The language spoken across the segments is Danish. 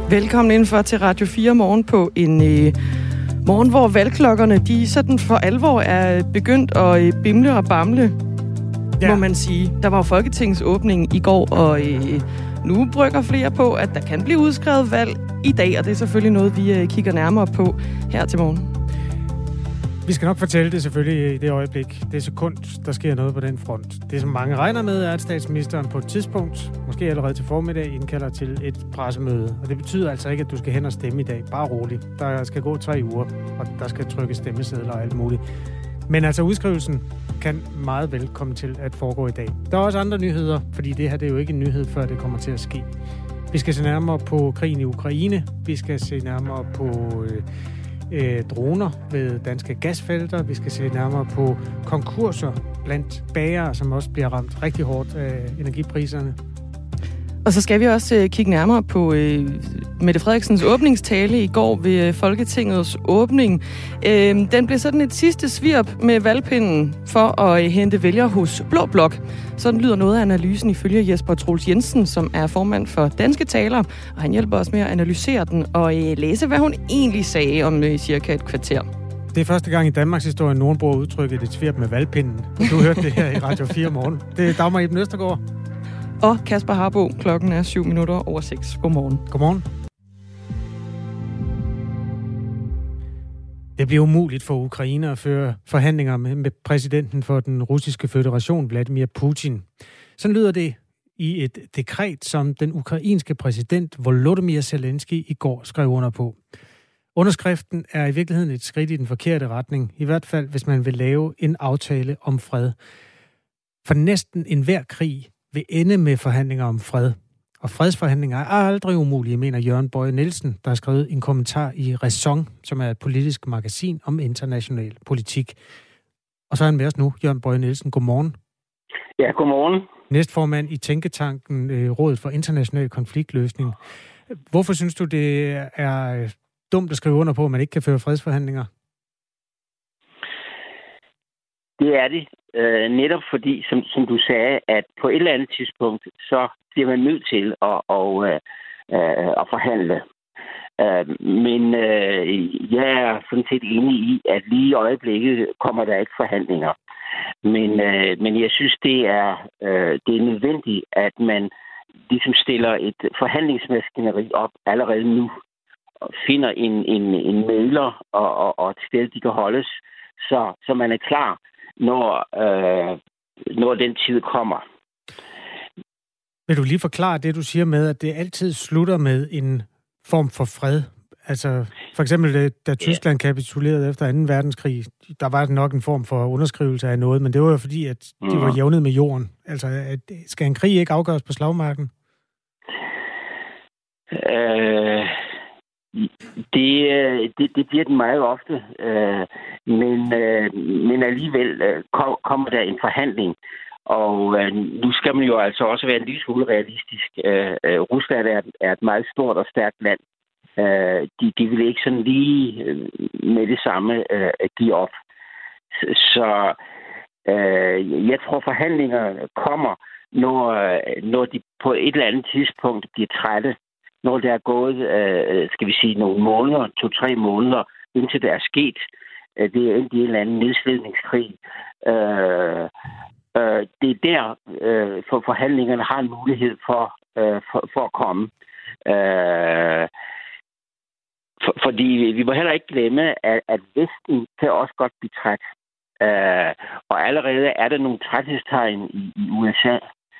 Velkommen indenfor til Radio 4 morgen på en morgen, hvor valgklokkerne de sådan for alvor er begyndt at bimle og bamle, må man sige. Der var jo Folketingets åbning i går, og nu brygger flere på, at der kan blive udskrevet valg i dag, og det er selvfølgelig noget, vi kigger nærmere på her til morgen. Vi skal nok fortælle det selvfølgelig i det øjeblik. Det sekund, der sker noget på den front. Det, som mange regner med, er, at statsministeren på et tidspunkt, måske allerede til formiddag, indkalder til et pressemøde. Og det betyder altså ikke, at du skal hen og stemme i dag. Bare roligt. Der skal gå 3 uger, og der skal trykkes stemmesedler og alt muligt. Men altså udskrivelsen kan meget vel komme til at foregå i dag. Der er også andre nyheder, fordi det her det er jo ikke en nyhed, før det kommer til at ske. Vi skal se nærmere på krigen i Ukraine. Vi skal se nærmere på droner ved danske gasfelter. Vi skal se nærmere på konkurser blandt bagere, som også bliver ramt rigtig hårdt af energipriserne. Og så skal vi også kigge nærmere på Mette Frederiksens åbningstale i går ved Folketingets åbning. Den blev sådan et sidste svirp med valgpinden for at hente vælgere hos Blå Blok. Sådan lyder noget af analysen ifølge Jesper Troels Jensen, som er formand for Danske Talere, og han hjælper os med at analysere den og læse, hvad hun egentlig sagde om cirka et kvarter. Det er første gang i Danmarks historie, nogen bruger udtrykket et svirp med valgpinden. Du hørte det her i Radio 4 morgen. Det er Dagmar Eben Østergaard. Og Kasper Harbo, klokken er 7:07. Godmorgen. Godmorgen. Det bliver umuligt for Ukraine at føre forhandlinger med præsidenten for den russiske føderation, Vladimir Putin. Sådan lyder det i et dekret, som den ukrainske præsident Volodymyr Zelensky i går skrev under på. Underskriften er i virkeligheden et skridt i den forkerte retning, i hvert fald hvis man vil lave en aftale om fred. For næsten enhver krig vil ende med forhandlinger om fred. Og fredsforhandlinger er aldrig umulige, mener Jørgen Boye Nielsen, der har skrevet en kommentar i Ræson, som er et politisk magasin om international politik. Og så er han med os nu, Jørgen Boye Nielsen. Godmorgen. Ja, godmorgen. Næstformand i Tænketanken Rådet for International Konfliktløsning. Hvorfor synes du, det er dumt at skrive under på, at man ikke kan føre fredsforhandlinger? Det er det. Netop fordi, som du sagde, at på et eller andet tidspunkt, så bliver man nødt til at forhandle. Men jeg er sådan set enig i, at lige i øjeblikket kommer der ikke forhandlinger. Men jeg synes, det er nødvendigt, at man ligesom stiller et forhandlingsmaskineri op allerede nu. Og finder en mægler og et sted, de kan holdes, så man er klar, når den tid kommer. Vil du lige forklare det, du siger med, at det altid slutter med en form for fred? Altså, for eksempel, da Tyskland kapitulerede efter 2. verdenskrig, der var nok en form for underskrivelse af noget, men det var jo fordi, at de var jævnet med jorden. Altså, skal en krig ikke afgøres på slagmarken? Det bliver den meget ofte, men alligevel kommer der en forhandling, og nu skal man jo altså også være en lille smule realistisk. Rusland er et meget stort og stærkt land. De vil ikke sådan lige med det samme give op. Så jeg tror, forhandlinger kommer, når de på et eller andet tidspunkt bliver trætte. Når der er gået, skal vi sige, nogle måneder, 2-3 måneder, indtil det er sket. Det er endt i en eller anden nedslidningskrig. Det er der, for forhandlingerne har en mulighed for at komme. Fordi vi må heller ikke glemme, at Vesten kan også godt blive træt. Og allerede er der nogle træthedstegn i USA.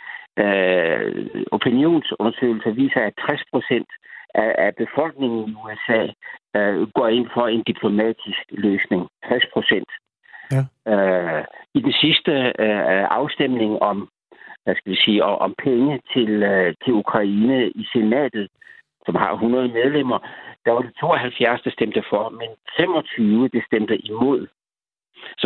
Opinionsundersøgelser viser, at 60% af befolkningen i USA går ind for en diplomatisk løsning. 60%. Ja. I den sidste afstemning om, om penge til Ukraine i senatet, som har 100 medlemmer, der var det 72, der stemte for, men 25, der stemte imod. Så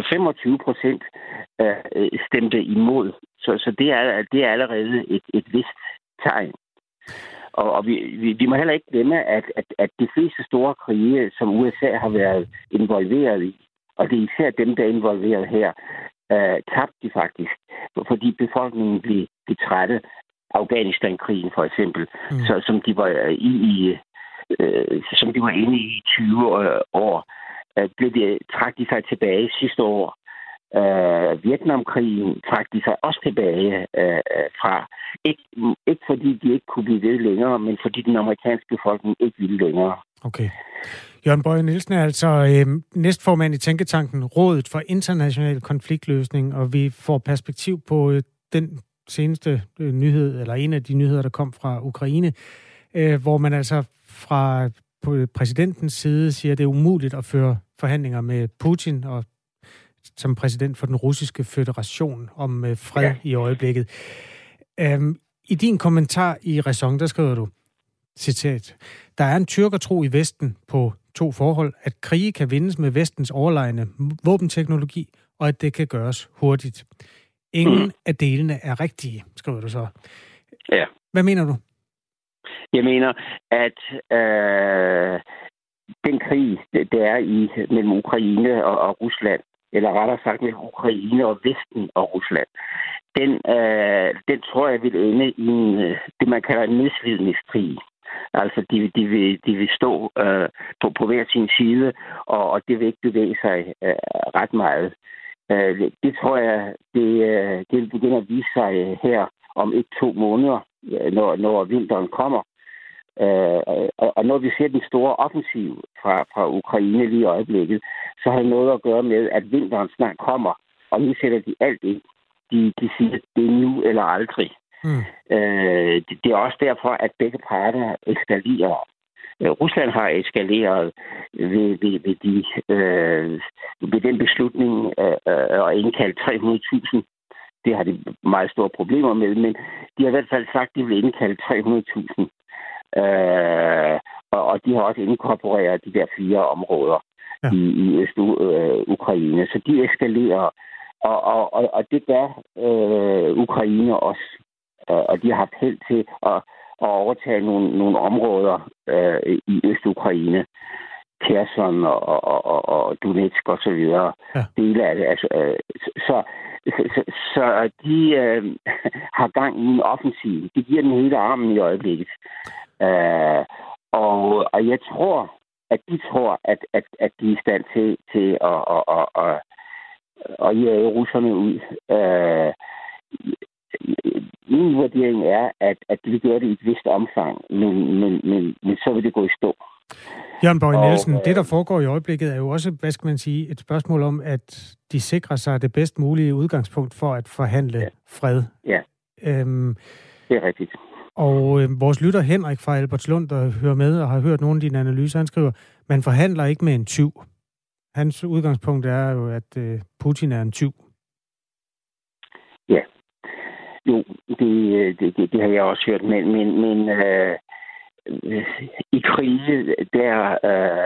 25% stemte imod. Så det er allerede et vist tegn. Og vi må heller ikke glemme, at de fleste store krige, som USA har været involveret i, og det er især dem, der er involveret her, tabte de faktisk, fordi befolkningen blev trætte. Afghanistan-krigen for eksempel, som de var som de var inde i 20 år, trak de sig tilbage sidste år. Vietnamkrigen trak de sig også tilbage fra. Ikke fordi de ikke kunne blive ved længere, men fordi den amerikanske befolkning ikke ville længere. Okay. Jørgen Boje Nielsen er altså næstformand i Tænketanken Rådet for International Konfliktløsning, og vi får perspektiv på den seneste nyhed, eller en af de nyheder, der kom fra Ukraine, hvor man altså fra præsidentens side siger, at det er umuligt at føre forhandlinger med Putin og som præsident for den russiske føderation om fred i øjeblikket. I din kommentar i Ræson, der skriver du, citat, der er en tyrkertro i Vesten på 2 forhold, at krige kan vindes med Vestens overlegne våbenteknologi, og at det kan gøres hurtigt. Ingen af delene er rigtige, skriver du så. Ja. Hvad mener du? Jeg mener, at den krig, det er mellem Ukraine og Rusland, eller rettere sagt mellem Ukraine og Vesten og Rusland, den tror jeg vil ende i det, man kalder en nedslidningskrig. Altså, de vil stå på hver sin side, og det vil ikke bevæge sig ret meget. Det tror jeg, det begynder at vise sig her om 1-2 måneder, når vinteren kommer. Og når vi ser den store offensiv fra Ukraine lige i øjeblikket, så har det noget at gøre med, at vinteren snart kommer, og nu sætter de alt ind. De siger, at det er nu eller aldrig. Det er også derfor, at begge parter eskalerer. Rusland har eskaleret ved den beslutning at indkalde 300.000. Det har de meget store problemer med, men de har i hvert fald sagt, at de vil indkalde 300.000. Og de har også inkorporeret de der 4 områder i Øst-Ukraine. Så de eskalerer, og det gør Ukraine også. Og de har haft held til at overtage nogle områder i Øst-Ukraine. Kherson og Donetsk og så videre. Ja. Dele af det. Altså, så de har gang i en offensiv. De giver den hele armen i øjeblikket. Og jeg tror, at de tror, at de er i stand til at jage russerne ud. Min vurdering er, at de vil gøre det i et vist omfang, men så vil det gå i stå. Jørgen Boje Nielsen, det der foregår i øjeblikket er jo også, hvad skal man sige, et spørgsmål om, at de sikrer sig det bedst mulige udgangspunkt for at forhandle fred. Ja, det er rigtigt. Og vores lytter Henrik fra Albertslund, der hører med og har hørt nogle af dine analyser, han skriver, man forhandler ikke med en tyv. Hans udgangspunkt er jo, at Putin er en tyv. Ja, jo, det har jeg også hørt, men i krige, der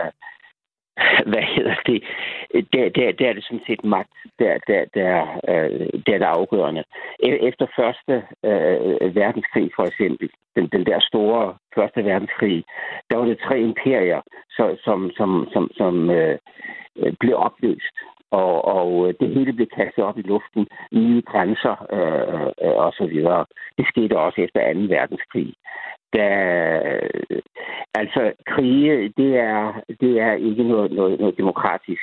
der er det sådan set magt, der er afgørende. Efter første verdenskrig for eksempel, den der store første verdenskrig, der var det 3 imperier, som blev opløst. Og det hele blev kastet op i luften, nye grænser og så videre. Det skete også efter 2. verdenskrig. Altså krige, det er ikke noget demokratisk,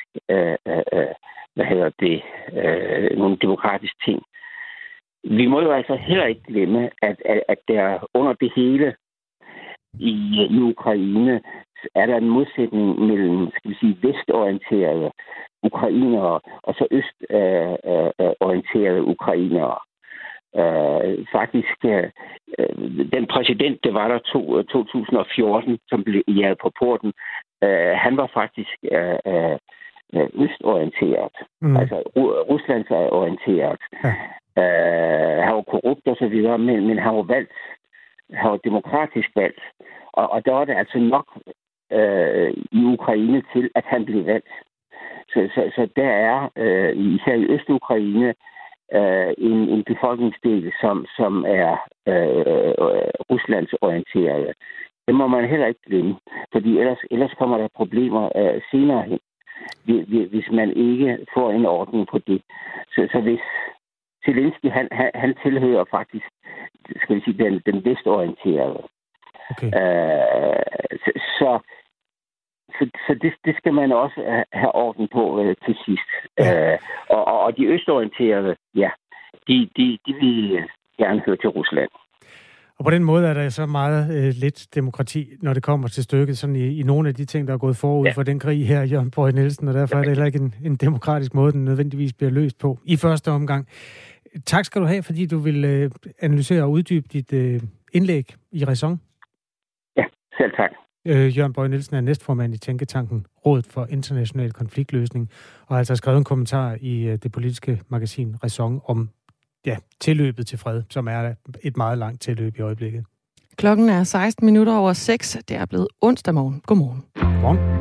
nogle demokratiske ting. Vi må jo altså heller ikke glemme, at der under det hele i Ukraine er der en modsætning mellem, skal vi sige, vestorienterede ukrainere og så østorienterede ukrainere. Faktisk, den præsident, der var der 2014, som blev jaget på porten, han var faktisk østorienteret. Altså Ruslandsorienteret. Ja. Han var korrupt og så videre, men han var valgt. Han var demokratisk valgt. Og der var det altså nok i Ukraine til, at han blev valgt. Så der er, især i Øst-Ukraine, en befolkningsdel, som er Ruslandsorienteret. Det må man heller ikke glemme, fordi ellers kommer der problemer senere hen, hvis man ikke får en ordning på det. Så hvis Zelensky, han tilhører faktisk, skal vi sige, den vestorienterede. Okay. Så det skal man også have orden på til sidst. Ja. Og de østorienterede, ja, de vil gerne høre til Rusland. Og på den måde er der så meget lidt demokrati, når det kommer til stykket, sådan i nogle af de ting, der er gået forud for den krig her, Jørgen Borg Nielsen, og derfor er det heller ikke en demokratisk måde, den nødvendigvis bliver løst på i første omgang. Tak skal du have, fordi du vil analysere og uddybe dit indlæg i Ræson. Ja, selv tak. Jørgen Borg Nielsen er næstformand i Tænketanken Rådet for International Konfliktløsning, og har altså skrevet en kommentar i det politiske magasin Ræson om tilløbet til fred, som er et meget langt tilløb i øjeblikket. Klokken er 16 minutter over 6. Det er blevet onsdag morgen. Godmorgen. Godmorgen.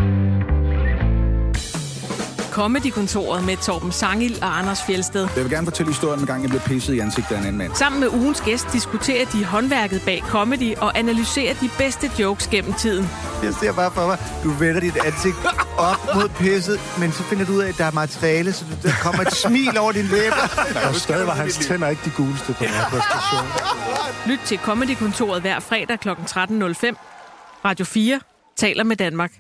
Comedy-kontoret med Torben Sangil og Anders Fjeldsted. Jeg vil gerne fortælle historien, en gang jeg blev pisset i ansigtet af en anden mand. Sammen med ugens gæst diskuterer de håndværket bag comedy og analyserer de bedste jokes gennem tiden. Jeg ser bare for mig, du vender dit ansigt op mod pisset, men så finder du ud af, at der er materiale, så der kommer et smil over dine læber. Og stadig var hans tænder ikke de guleste på den her præstation. Lyt til Comedy-kontoret hver fredag kl. 13.05. Radio 4 taler med Danmark.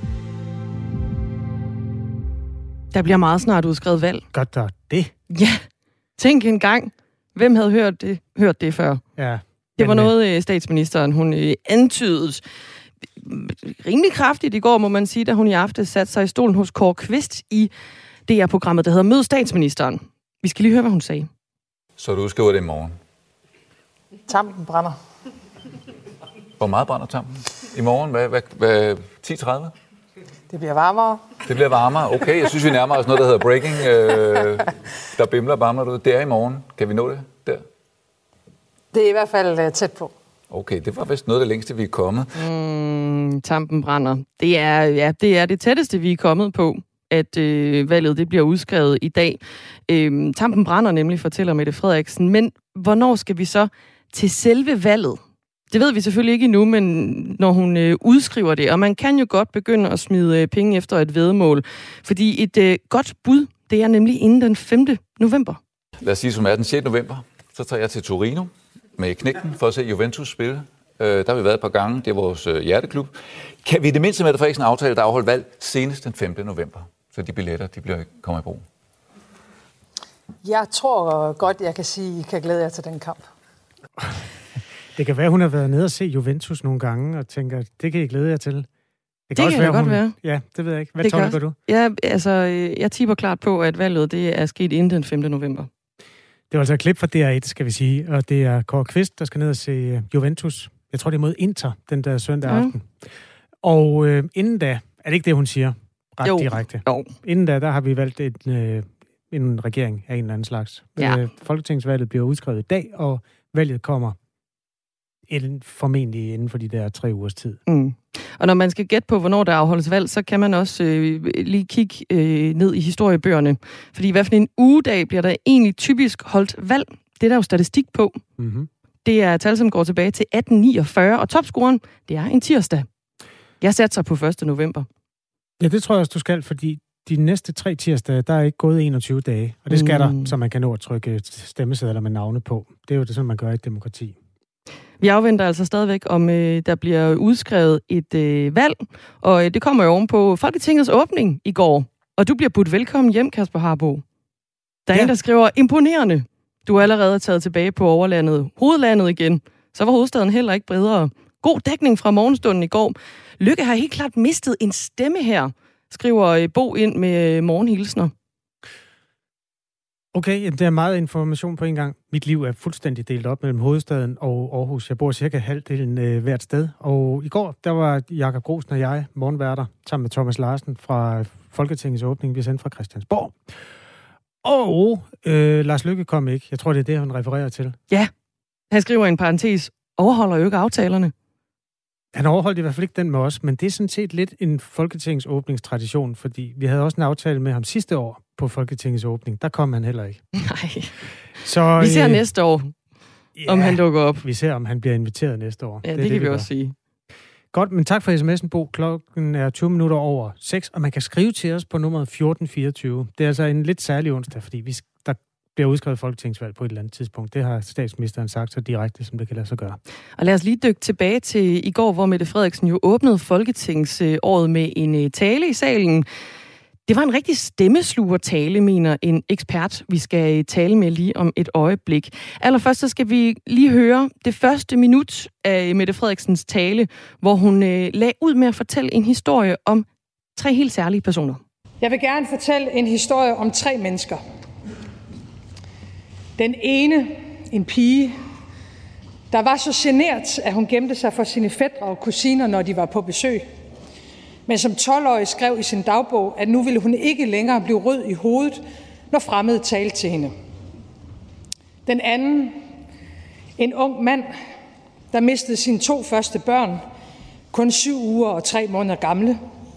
Der bliver meget snart udskrevet valg. Godt der det. Ja, tænk en gang. Hvem havde hørt det før? Ja. Det var noget, statsministeren hun antydede rimelig kraftigt i går, må man sige, da hun i aften satte sig i stolen hos Kåre Kvist i DR-programmet, der hedder Mød Statsministeren. Vi skal lige høre, hvad hun sagde. Så du udskriver det i morgen? Tampen brænder. Hvor meget brænder tampen? I morgen? Hvad 10:30? Det bliver varmere. Det bliver varmere. Okay, jeg synes, vi nærmer os noget, der hedder breaking. Der bimler bare mig ud. Det er i morgen. Kan vi nå det der? Det er i hvert fald tæt på. Okay, det var vist noget af det længste, vi er kommet. Tampen brænder. Det er det tætteste, vi er kommet på, at valget det bliver udskrevet i dag. Tampen brænder nemlig, fortæller Mette Frederiksen. Men hvornår skal vi så til selve valget? Det ved vi selvfølgelig ikke endnu, men når hun udskriver det, og man kan jo godt begynde at smide penge efter et væddemål, fordi et godt bud, det er nemlig inden den 5. november. Lad os sige, som er den 6. november, så tager jeg til Torino med knægten for at se Juventus spille. Der har vi været et par gange, det er vores hjerteklub. Kan vi i det mindste med Mette Frederiksen aftale, der afholdt valg senest den 5. november, så de billetter, kommer i brug? Jeg tror godt, jeg kan sige, at I kan glæde jer til den kamp. Det kan være, hun har været nede og se Juventus nogle gange, og tænker, det kan I glæde jer til. Det kan det godt være. Ja, det ved jeg ikke. Hvad tolker du? Ja, altså, jeg tipper klart på, at valget det er sket inden den 5. november. Det var altså et klip fra DR1, skal vi sige, og det er Kåre Kvist, der skal ned og se Juventus. Jeg tror, det er mod Inter, den der søndag aften. Og inden da, er det ikke det, hun siger ret direkte? Jo. Inden da, der har vi valgt en regering af en eller anden slags. Ja. Folketingsvalget bliver udskrevet i dag, og valget kommer formentlig inden for de der 3 ugers tid. Og når man skal gætte på, hvornår der afholdes valg, så kan man også lige kigge ned i historiebøgerne. Fordi hvad for en ugedag bliver der egentlig typisk holdt valg? Det er der jo statistik på. Mm-hmm. Det er tal, som går tilbage til 1849, og topscoren, det er en tirsdag. Jeg satser på 1. november. Ja, det tror jeg også, du skal, fordi de næste 3 tirsdage, der er ikke gået 21 dage. Og det skal der, så man kan nå at trykke stemmesedler med navne på. Det er jo det, sådan man gør i et demokrati. Vi afventer altså stadigvæk, om der bliver udskrevet et valg, og det kommer jo oven på Folketingets åbning i går. Og du bliver budt velkommen hjem, Kasper Harbo. Der er en, der skriver, imponerende. Du er allerede taget tilbage på hovedlandet igen. Så var hovedstaden heller ikke bredere. God dækning fra morgenstunden i går. Lykke har helt klart mistet en stemme her, skriver Bo ind med morgenhilsner. Okay, det er meget information på en gang. Mit liv er fuldstændig delt op mellem hovedstaden og Aarhus. Jeg bor cirka halvdelen hvert sted. Og i går, der var Jakob Grosen og jeg morgenværter sammen med Thomas Larsen fra Folketingets åbning. Vi sendte fra Christiansborg. Og Lars Løkke kom ikke. Jeg tror, det er det, han refererer til. Ja, han skriver i en parentes, overholder jo ikke aftalerne. Han overholdt i hvert fald ikke den med os, men det er sådan set lidt en Folketingets åbningstradition, fordi vi havde også en aftale med ham sidste år på Folketingets åbning. Der kom han heller ikke. Nej. Så, vi ser næste år, om han dukker op. Vi ser, om han bliver inviteret næste år. Ja, det kan vi også sige. Godt, men tak for sms'en, Bo. Klokken er 20 minutter over 6, og man kan skrive til os på nummeret 1424. Det er altså en lidt særlig onsdag, fordi bliver udskrevet folketingsvalg på et eller andet tidspunkt. Det har statsministeren sagt så direkte, som det kan lade sig gøre. Og lad os lige dykke tilbage til i går, hvor Mette Frederiksen jo åbnede folketingsåret med en tale i salen. Det var en rigtig stemmeslugertale, mener en ekspert, vi skal tale med lige om et øjeblik. Allerførst så skal vi lige høre det første minut af Mette Frederiksens tale, hvor hun lagde ud med at fortælle en historie om 3 helt særlige personer. Jeg vil gerne fortælle en historie om 3 mennesker. Den ene, en pige, der var så genert, at hun gemte sig for sine fætre og kusiner, når de var på besøg. Men som 12-årig skrev i sin dagbog, at nu ville hun ikke længere blive rød i hovedet, når fremmede talte til hende. Den anden, en ung mand, der mistede sine 2 første børn, kun 7 uger og 3 måneder gamle.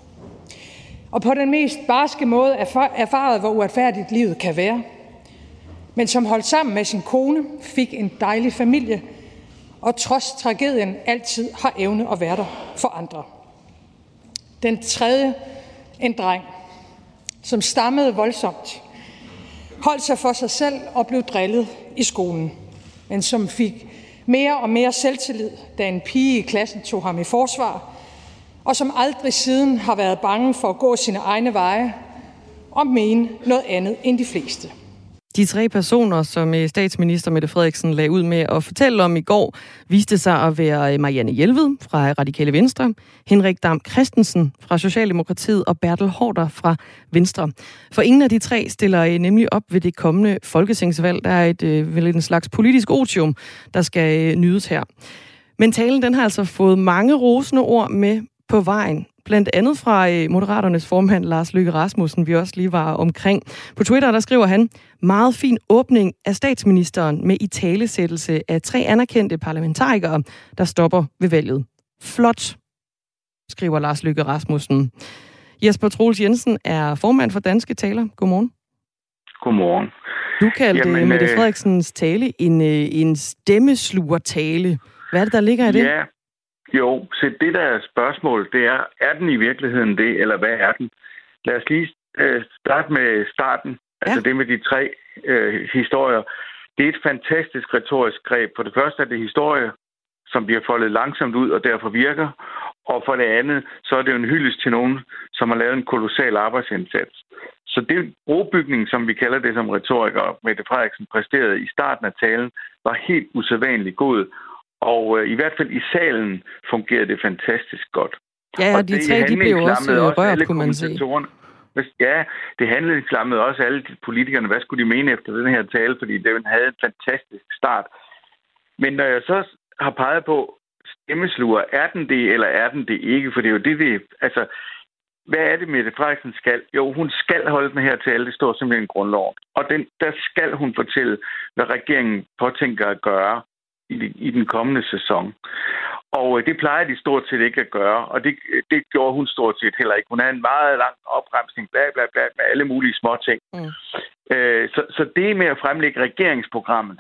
Og på den mest barske måde erfarede, hvor uretfærdigt livet kan være. Men som holdt sammen med sin kone, fik en dejlig familie, og trods tragedien altid har evne at være der for andre. Den tredje, en dreng, som stammede voldsomt, holdt sig for sig selv og blev drillet i skolen, men som fik mere og mere selvtillid, da en pige i klassen tog ham i forsvar, og som aldrig siden har været bange for at gå sine egne veje og mene noget andet end de fleste. De 3 personer, som statsminister Mette Frederiksen lagde ud med at fortælle om i går, viste sig at være Marianne Jelved fra Radikale Venstre, Henrik Dam Kristensen fra Socialdemokratiet og Bertel Haarder fra Venstre. For ingen af de 3 stiller nemlig op ved det kommende folketingsvalg. Der er vel en slags politisk otium, der skal nydes her. Men talen den har altså fået mange rosende ord med på vejen. Blandt andet fra Moderaternes formand Lars Løkke Rasmussen, vi også lige var omkring. På Twitter, der skriver han, meget fin åbning af statsministeren med italesættelse af 3 anerkendte parlamentarikere, der stopper ved valget. Flot, skriver Lars Løkke Rasmussen. Jesper Troels Jensen er formand for Danske Taler. Godmorgen. Godmorgen. Du kaldte Mette Frederiksens tale en stemmeslugertale. Hvad er det, der ligger i det? Ja. Jo, så det der spørgsmål, det er den i virkeligheden det, eller hvad er den? Lad os lige starte med starten, altså det med de 3 historier. Det er et fantastisk retorisk greb. For det første er det historie, som bliver foldet langsomt ud og derfor virker. Og for det andet, så er det jo en hyldest til nogen, som har lavet en kolossal arbejdsindsats. Så det brobygning, som vi kalder det som retoriker, Mette Frederiksen præsterede i starten af talen, var helt usædvanligt god. Og i hvert fald i salen fungerede det fantastisk godt. Ja, og de 3, de blev også rørt, kunne man sige. Ja, det handlingslammede også alle politikerne. Hvad skulle de mene efter den her tale? Fordi den havde en fantastisk start. Men når jeg så har peget på stemmesluger, er den det, eller er den det ikke? For det er jo det, altså, hvad er det, Mette Frederiksen skal? Jo, hun skal holde den her tale. Det står simpelthen i grundloven. Og der skal hun fortælle, hvad regeringen påtænker at gøre i den kommende sæson. Og det plejer de stort set ikke at gøre, og det gjorde hun stort set heller ikke. Hun havde en meget lang opremsning, bla bla bla, med alle mulige små ting. Så det med at fremlægge regeringsprogrammet,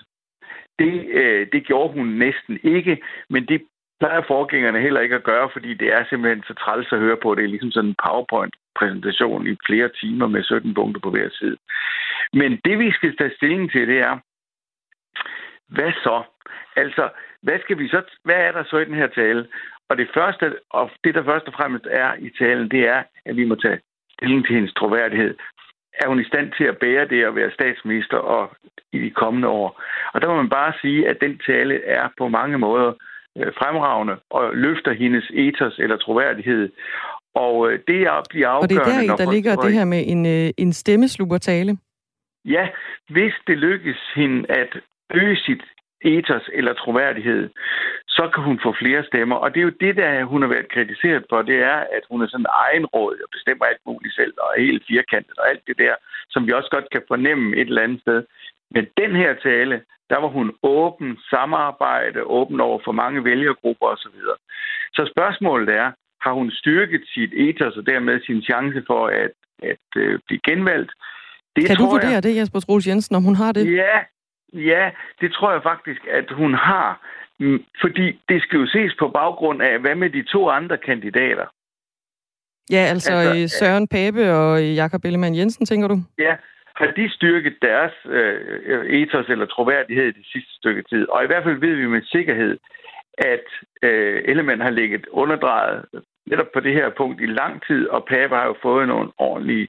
det gjorde hun næsten ikke, men det plejer forgængerne heller ikke at gøre, fordi det er simpelthen så træls at høre på. Det er ligesom sådan en PowerPoint-præsentation i flere timer med 17 punkter på hver side. Men det, vi skal tage stilling til, det er, hvad så? Altså, hvad er der så i den her tale? Og det der først og fremmest er i talen, det er, at vi må tage stilling til hendes troværdighed. Er hun i stand til at bære det at være statsminister og i de kommende år? Og der må man bare sige, at den tale er på mange måder fremragende og løfter hendes ethos eller troværdighed. Og det bliver afgørende. Og det er der ligger det her med en stemmeslugertale? Ja, hvis det lykkes hende at øge sit ethos eller troværdighed, så kan hun få flere stemmer. Og det er jo det, der hun har været kritiseret for, det er, at hun er sådan egenrådig og bestemmer alt muligt selv, og er helt firkantet og alt det der, som vi også godt kan fornemme et eller andet sted. Men den her tale, der var hun åben, samarbejde, åben over for mange vælgergrupper osv. Så spørgsmålet er, har hun styrket sit ethos og dermed sin chance for at blive genvalgt? Kan du vurdere det, Jesper Troels Jensen, om hun har det? Ja, det tror jeg faktisk, at hun har. Fordi det skal jo ses på baggrund af, hvad med de 2 andre kandidater? Ja, altså Søren Pape og Jakob Ellemann Jensen, tænker du? Ja, har de styrket deres ethos eller troværdighed det sidste stykke tid. Og i hvert fald ved vi med sikkerhed, at Ellemann har ligget underdrejet netop på det her punkt i lang tid, og Pape har jo fået nogle ordentlige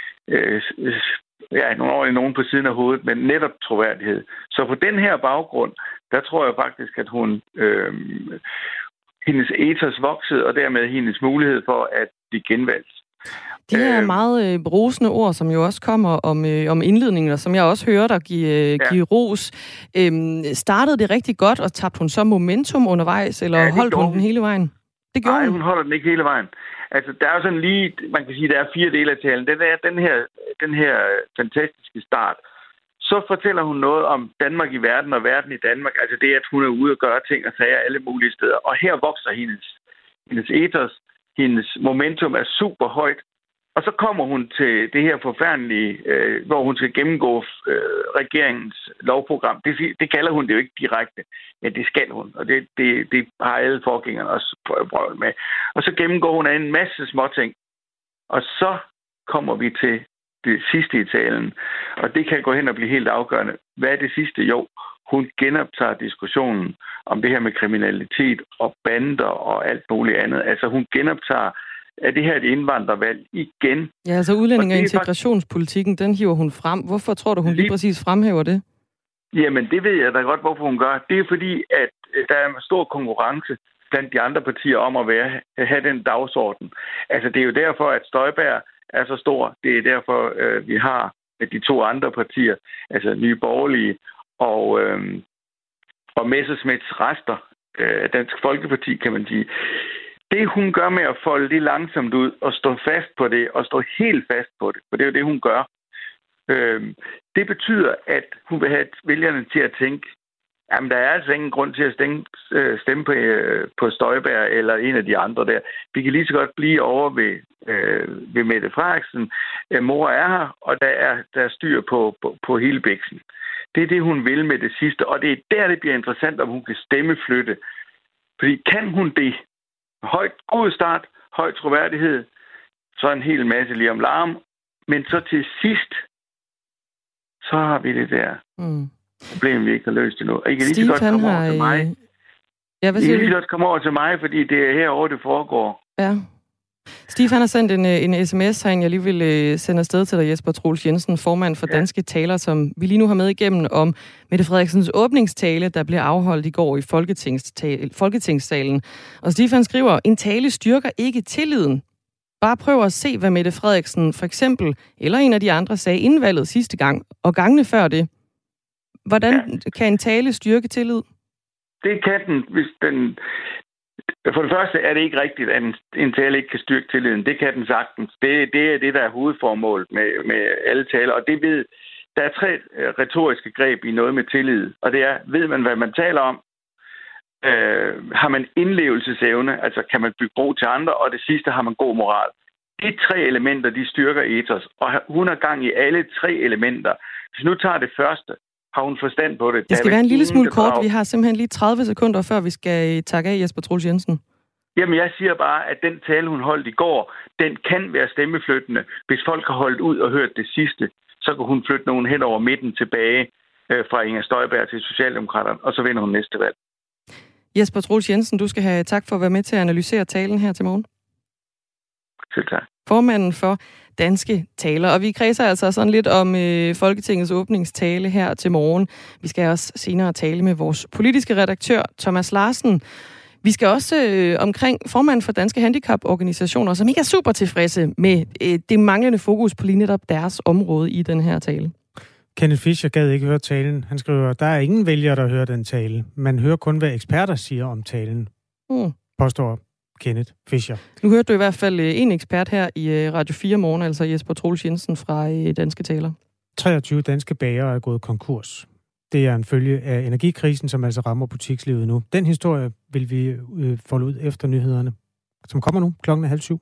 nogen på siden af hovedet, men netop troværdighed. Så på den her baggrund, der tror jeg faktisk, at hendes ethos voksede, og dermed hendes mulighed for at blive genvalgt. De her meget rosende ord, som jo også kommer om indledningen, og som jeg også hører dig give ros, startede det rigtig godt, og tabte hun så momentum undervejs, eller holdt hun den hele vejen? Det gjorde hun holder den ikke hele vejen. Altså, der er jo sådan lige, man kan sige, der er 4 dele af talen. Den her fantastiske start. Så fortæller hun noget om Danmark i verden og verden i Danmark. Altså det, at hun er ude og gøre ting og sager alle mulige steder. Og her vokser hendes ethos, hendes momentum er super højt. Og så kommer hun til det her forfærdelige, hvor hun skal gennemgå regeringens lovprogram. Det kalder hun det jo ikke direkte, men det skal hun. Og det har alle forgængerne også prøvet med. Og så gennemgår hun af en masse småting. Og så kommer vi til det sidste i talen. Og det kan gå hen og blive helt afgørende. Hvad er det sidste? Jo, hun genoptager diskussionen om det her med kriminalitet og bander og alt muligt andet. Altså hun genoptager, at det her er et indvandrervalg igen. Ja, altså udlænding- og integrationspolitikken, den hiver hun frem. Hvorfor tror du, hun lige præcis fremhæver det? Jamen, det ved jeg da godt, hvorfor hun gør. Det er fordi, at der er en stor konkurrence blandt de andre partier om at have den dagsorden. Altså, det er jo derfor, at Støjberg er så stor. Det er derfor, vi har de 2 andre partier, altså Nye Borgerlige og Messerschmidts rester af Dansk Folkeparti, kan man sige. Det, hun gør med at folde det langsomt ud og stå fast på det, og stå helt fast på det, for det er jo det, hun gør, det betyder, at hun vil have vælgerne til at tænke, jamen, der er altså ingen grund til at stemme på Støjberg eller en af de andre der. Vi kan lige så godt blive over ved Mette Frederiksen. Mor er her, og der er styr på hele bæksen. Det er det, hun vil med det sidste, og det er der, det bliver interessant, om hun kan stemmeflytte. Fordi kan hun det? God start, høj troværdighed, så en hel masse lige om larm, men så til sidst, så har vi det der problem, vi ikke har løst endnu. Og I kan lige så godt komme over til mig. Ja, hvad siger I kan lige så godt komme over til mig, fordi det er herovre, det foregår. Ja. Steve, han har sendt en sms herinde, jeg lige vil sende afsted til dig, Jesper Troels Jensen, formand for Danske Taler, som vi lige nu har med igennem om Mette Frederiksens åbningstale, der blev afholdt i går i Folketingssalen. Og Steve, han skriver, en tale styrker ikke tilliden. Bare prøv at se, hvad Mette Frederiksen for eksempel, eller en af de andre, sagde inden valget sidste gang, og gangene før det. Hvordan kan en tale styrke tillid? Det kan den, hvis den... For det første er det ikke rigtigt, at en tale ikke kan styrke tilliden. Det kan den sagtens. Det er det, der er hovedformålet med alle taler. Og det ved, der er 3 retoriske greb i noget med tillid. Og det er, ved man, hvad man taler om? Har man indlevelsesevne? Altså, kan man bygge bro til andre? Og det sidste, har man god moral. De 3 elementer, de styrker ethos. Og hun har gang i alle 3 elementer. Hvis nu tager det første, har hun forstand på det. Det skal være en lille smule kort. Vi har simpelthen lige 30 sekunder, før vi skal takke af Jesper Troels Jensen. Jamen, jeg siger bare, at den tale, hun holdt i går, den kan være stemmeflyttende. Hvis folk har holdt ud og hørt det sidste, så kan hun flytte nogen hen over midten tilbage fra Inger Støjberg til Socialdemokraterne, og så vinder hun næste valg. Jesper Troels Jensen, du skal have tak for at være med til at analysere talen her til morgen. Selv tak. Formanden for Danske Taler. Og vi kredser altså sådan lidt om Folketingets åbningstale her til morgen. Vi skal også senere tale med vores politiske redaktør, Thomas Larsen. Vi skal også omkring formanden for Danske Handicaporganisationer, som ikke er super tilfredse med det manglende fokus på lige netop deres område i den her tale. Kenneth Fischer gad ikke høre talen. Han skriver, der er ingen vælgere, der hører den tale. Man hører kun, hvad eksperter siger om talen. Påstår Kenneth Fischer. Nu hørte du i hvert fald en ekspert her i Radio 4 morgen, altså Jesper Troels Jensen fra Danske Taler. 23 danske bagere er gået konkurs. Det er en følge af energikrisen, som altså rammer butikslivet nu. Den historie vil vi folde ud efter nyhederne, som kommer nu klokken 6:30.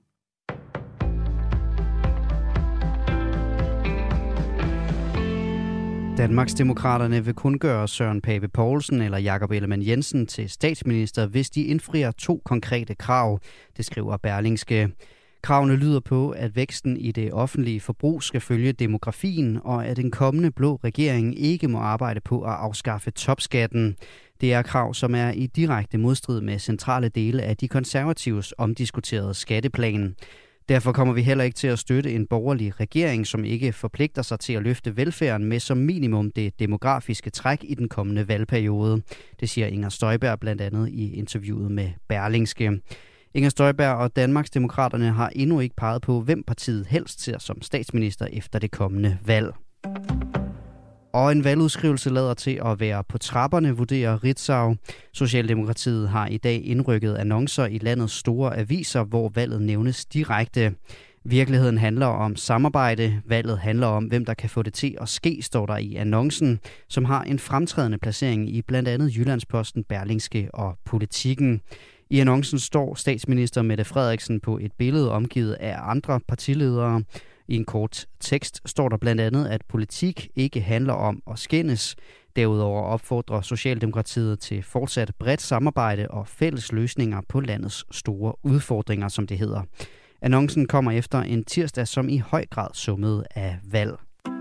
Danmarksdemokraterne vil kun gøre Søren Pape Poulsen eller Jakob Ellemann-Jensen til statsminister, hvis de indfrier 2 konkrete krav, det skriver Berlingske. Kravene lyder på, at væksten i det offentlige forbrug skal følge demografien, og at den kommende blå regering ikke må arbejde på at afskaffe topskatten. Det er krav, som er i direkte modstrid med centrale dele af de konservatives omdiskuterede skatteplan. Derfor kommer vi heller ikke til at støtte en borgerlig regering, som ikke forpligter sig til at løfte velfærden med som minimum det demografiske træk i den kommende valgperiode. Det siger Inger Støjberg blandt andet i interviewet med Berlingske. Inger Støjberg og Danmarksdemokraterne har endnu ikke peget på, hvem partiet helst ser som statsminister efter det kommende valg. Og en valgudskrivelse lader til at være på trapperne, vurderer Ritzau. Socialdemokratiet har i dag indrykket annoncer i landets store aviser, hvor valget nævnes direkte. Virkeligheden handler om samarbejde. Valget handler om, hvem der kan få det til at ske, står der i annoncen, som har en fremtrædende placering i blandt andet Jyllandsposten, Berlingske og Politikken. I annoncen står statsminister Mette Frederiksen på et billede omgivet af andre partiledere. I en kort tekst står der blandt andet, at politik ikke handler om at skændes. Derudover opfordrer Socialdemokratiet til fortsat bredt samarbejde og fælles løsninger på landets store udfordringer, som det hedder. Annoncen kommer efter en tirsdag, som i høj grad summede af valg.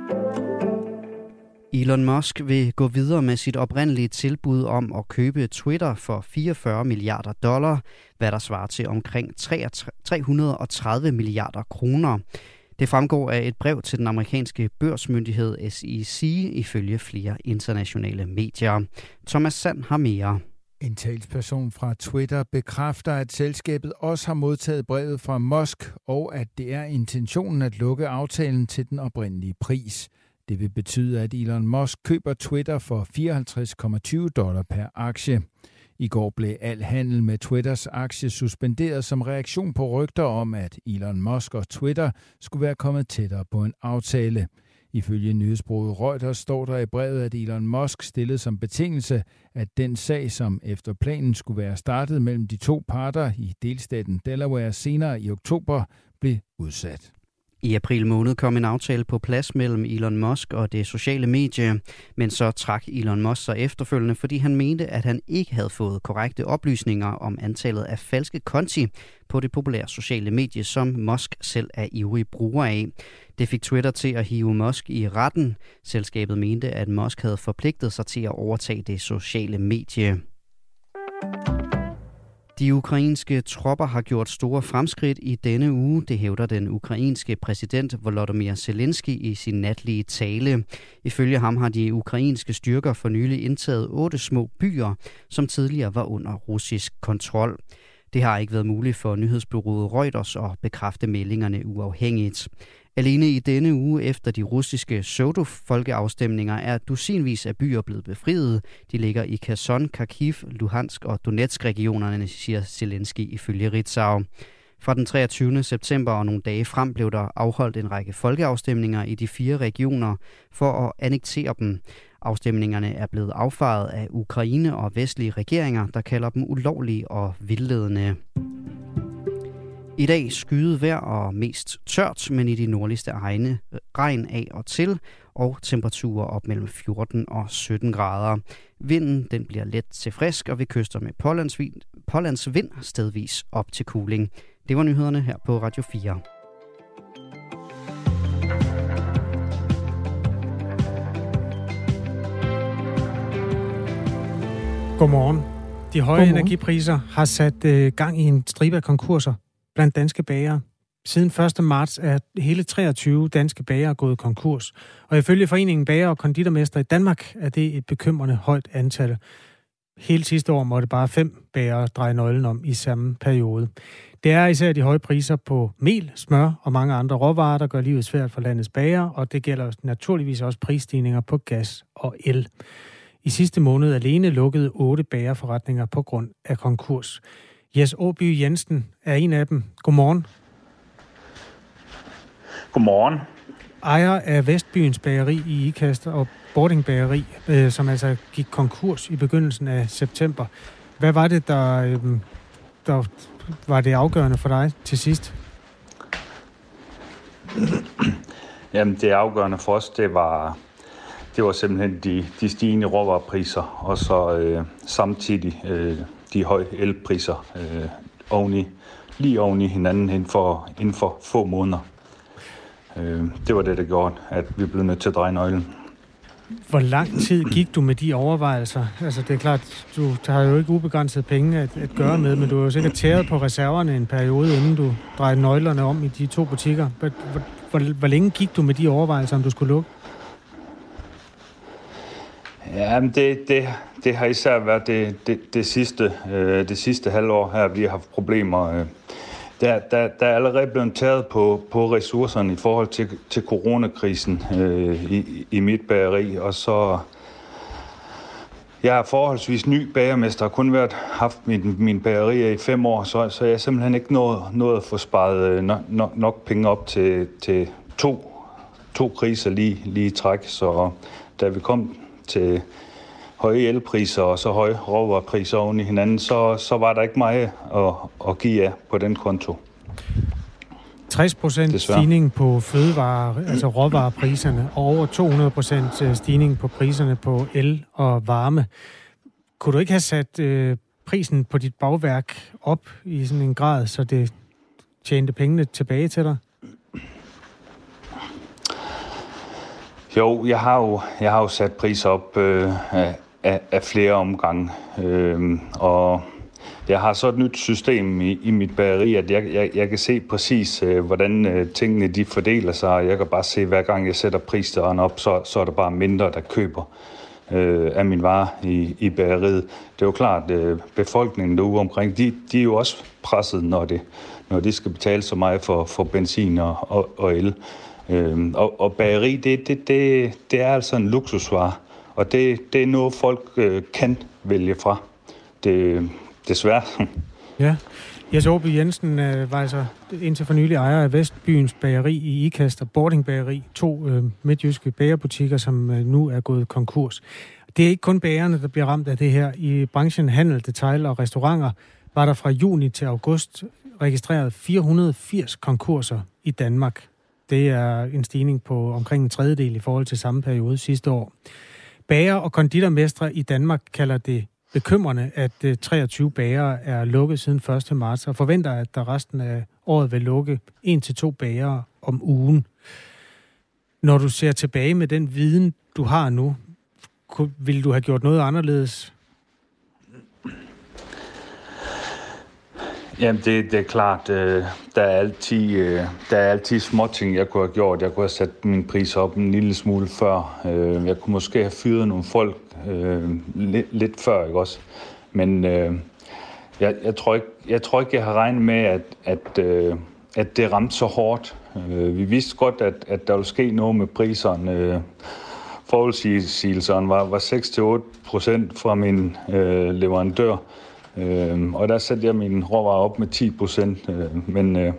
Elon Musk vil gå videre med sit oprindelige tilbud om at købe Twitter for $44 milliarder, hvad der svarer til omkring 330 milliarder kroner. Det fremgår af et brev til den amerikanske børsmyndighed SEC ifølge flere internationale medier. Thomas Sand har mere. En talsperson fra Twitter bekræfter, at selskabet også har modtaget brevet fra Musk, og at det er intentionen at lukke aftalen til den oprindelige pris. Det vil betyde, at Elon Musk køber Twitter for $54,20 per aktie. I går blev al handel med Twitters aktie suspenderet som reaktion på rygter om, at Elon Musk og Twitter skulle være kommet tættere på en aftale. Ifølge nyhedsbureauet Reuters står der i brevet, at Elon Musk stillede som betingelse, at den sag, som efter planen skulle være startet mellem de to parter i delstaten Delaware senere i oktober, blev udsat. I april måned kom en aftale på plads mellem Elon Musk og det sociale medie, men så trak Elon Musk sig efterfølgende, fordi han mente, at han ikke havde fået korrekte oplysninger om antallet af falske konti på det populære sociale medie, som Musk selv er ivrig bruger af. Det fik Twitter til at hive Musk i retten. Selskabet mente, at Musk havde forpligtet sig til at overtage det sociale medie. De ukrainske tropper har gjort store fremskridt i denne uge, det hævder den ukrainske præsident Volodymyr Zelensky i sin natlige tale. Ifølge ham har de ukrainske styrker for nylig indtaget 8 små byer, som tidligere var under russisk kontrol. Det har ikke været muligt for nyhedsbureauet Reuters at bekræfte meldingerne uafhængigt. Alene i denne uge efter de russiske pseudo-folkeafstemninger er dusinvis af byer blevet befriet. De ligger i Kherson, Kharkiv, Luhansk og Donetsk-regionerne, siger Zelensky ifølge Ritzau. Fra den 23. september og nogle dage frem blev der afholdt en række folkeafstemninger i de 4 regioner for at annektere dem. Afstemningerne er blevet affejet af Ukraine og vestlige regeringer, der kalder dem ulovlige og vildledende. I dag skyet vejr og mest tørt, men i de nordligste egne regn af og til, og temperaturer op mellem 14 og 17 grader. Vinden den bliver let til frisk, og ved kyster med pålandsvind stedvis op til kuling. Det var nyhederne her på Radio 4. Godmorgen. De høje energipriser har sat gang i en stribe af konkurser blandt danske bagere. Siden 1. marts er hele 23 danske bagere gået konkurs. Og ifølge Foreningen Bager og Konditormestre i Danmark er det et bekymrende højt antal. Hele sidste år måtte bare 5 bagere dreje nøglen om i samme periode. Det er især de høje priser på mel, smør og mange andre råvarer, der gør livet svært for landets bagere, og det gælder naturligvis også prisstigninger på gas og el. I sidste måned alene lukkede 8 bagerforretninger på grund af konkurs. Jes Åby Jensen er en af dem. Godmorgen. Godmorgen. Ejer af Vestbyens Bageri i Ikast og Bording Bageri, som altså gik konkurs i begyndelsen af september. Hvad var det, der var det afgørende for dig til sidst? Jamen, det afgørende for os, det var simpelthen de stigende råvarepriser, og så samtidig de høje elpriser oveni. lige oven i hinanden inden for få måneder. Det var det, der gjorde, at vi blev nødt til at dreje nøglen. Hvor lang tid gik du med de overvejelser? Altså, det er klart, du har jo ikke ubegrænset penge at gøre med, men du har jo sikkert tæret på reserverne en periode, inden du drejede nøglerne om i de 2 butikker. Hvor længe gik du med de overvejelser, om du skulle lukke? Ja, men det har især været det sidste halvår her, vi har haft problemer. Der er allerede blevet taget på ressourcerne i forhold til coronakrisen i mit bageri, og så jeg er forholdsvis ny bagermester, har kun haft min bageri i 5 år, så jeg simpelthen ikke nået at få sparet nok penge op til to kriser lige i træk, så da vi kom til høje elpriser og så høje råvarepriser oven i hinanden, så var der ikke meget at give af på den konto. 60% stigning på fødevarer, altså råvarepriserne, og over 200% stigning på priserne på el og varme. Kunne du ikke have sat prisen på dit bagværk op i sådan en grad, så det tjente pengene tilbage til dig? Jo, jeg har jo sat priser op af flere omgange, og jeg har så et nyt system i mit bageri, at jeg kan se præcis, hvordan tingene de fordeler sig, og jeg kan bare se, hver gang jeg sætter priserne op, så er der bare mindre, der køber af min vare i bageriet. Det er jo klart, befolkningen derude omkring, de er jo også presset, når de skal betale så meget for benzin og el. Og bageri, det er altså en luksusvare, og det er noget, folk kan vælge fra. Desværre. Ja. Jes Åby Jensen var altså indtil for nylig ejer af Vestbyens Bageri i Ikast og Bording Bageri, 2 midtjyske bagerbutikker, som nu er gået konkurs. Det er ikke kun bagerne, der bliver ramt af det her. I branchen handel, detail og restauranter var der fra juni til august registreret 480 konkurser i Danmark. Det er en stigning på omkring en tredjedel i forhold til samme periode sidste år. Bager og konditormestre i Danmark kalder det bekymrende, at 23 bagere er lukket siden 1. marts, og forventer, at der resten af året vil lukke 1-2 bagere om ugen. Når du ser tilbage med den viden, du har nu, ville du have gjort noget anderledes? Jamen, det er klart. Der er altid småting, jeg kunne have gjort. Jeg kunne have sat min pris op en lille smule før. Jeg kunne måske have fyret nogle folk lidt før, ikke også? Men jeg tror ikke, jeg har regnet med, at det ramte så hårdt. Vi vidste godt, at der ville ske noget med priserne. Forudsigelserne var 6-8% fra min leverandør. Og der satte jeg min råvarer op med 10%, men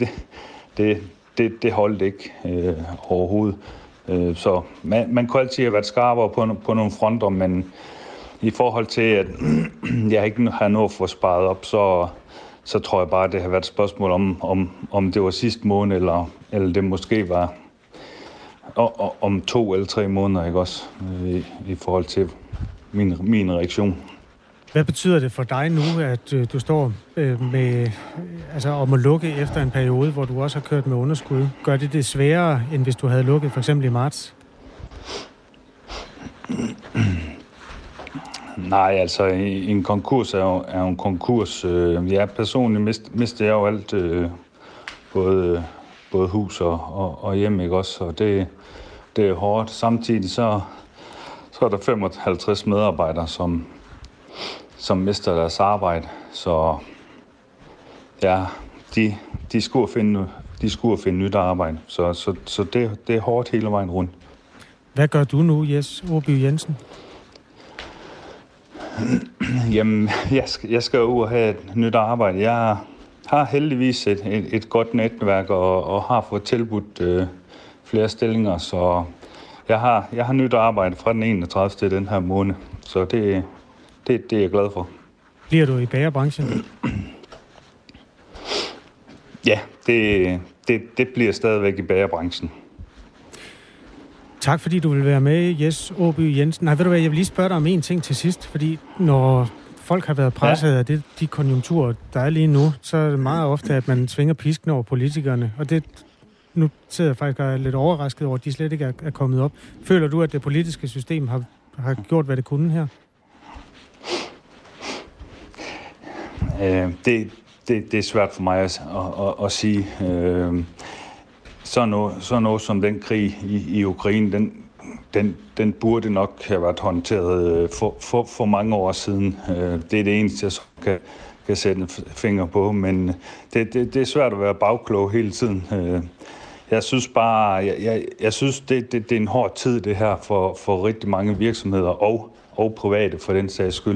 det holdt ikke overhovedet. Så man kunne altid have været skarpere på nogle fronter, men i forhold til, at jeg ikke har nået at få sparet op, så tror jeg bare, at det har været et spørgsmål om det var sidste måned, eller det måske var om 2 eller 3 måneder, ikke også, i forhold til min reaktion. Hvad betyder det for dig nu, at du står med, altså om at lukke efter en periode, hvor du også har kørt med underskud? Gør det sværere, end hvis du havde lukket for eksempel i marts? Nej, altså en konkurs er jo en konkurs. Jeg personligt mistede jeg jo alt, både hus og hjem, ikke også? Og det er hårdt. Samtidig så er der 55 medarbejdere, som mister deres arbejde, så ja, de skulle finde nyt arbejde, så det er hårdt hele vejen rundt. Hvad gør du nu, Jes Åby Jensen? Jamen, jeg skal ud og have et nyt arbejde. Jeg har heldigvis et godt netværk og har fået tilbudt flere stillinger, så jeg har nyt arbejde fra den 31. til den her måned, så det er jeg glad for. Bliver du i bagerbranchen? Ja, det bliver stadigvæk i bagerbranchen. Tak fordi du vil være med, Jes Åby Jensen. Nej, ved du hvad, jeg vil lige spørge dig om en ting til sidst, fordi når folk har været presset af de konjunkturer, der er lige nu, så er det meget ofte, at man svinger pisken over politikerne. Og nu sidder jeg faktisk og er lidt overrasket over, at de slet ikke er kommet op. Føler du, at det politiske system har gjort, hvad det kunne her? Det er svært for mig at sige. Så noget som den krig i Ukraine, den burde nok have været håndteret for mange år siden. Det er det eneste, jeg så kan sætte en finger på, men det er svært at være bagklog hele tiden. Jeg synes bare, jeg synes, det er en hård tid, det her, for rigtig mange virksomheder og private, for den sags skyld.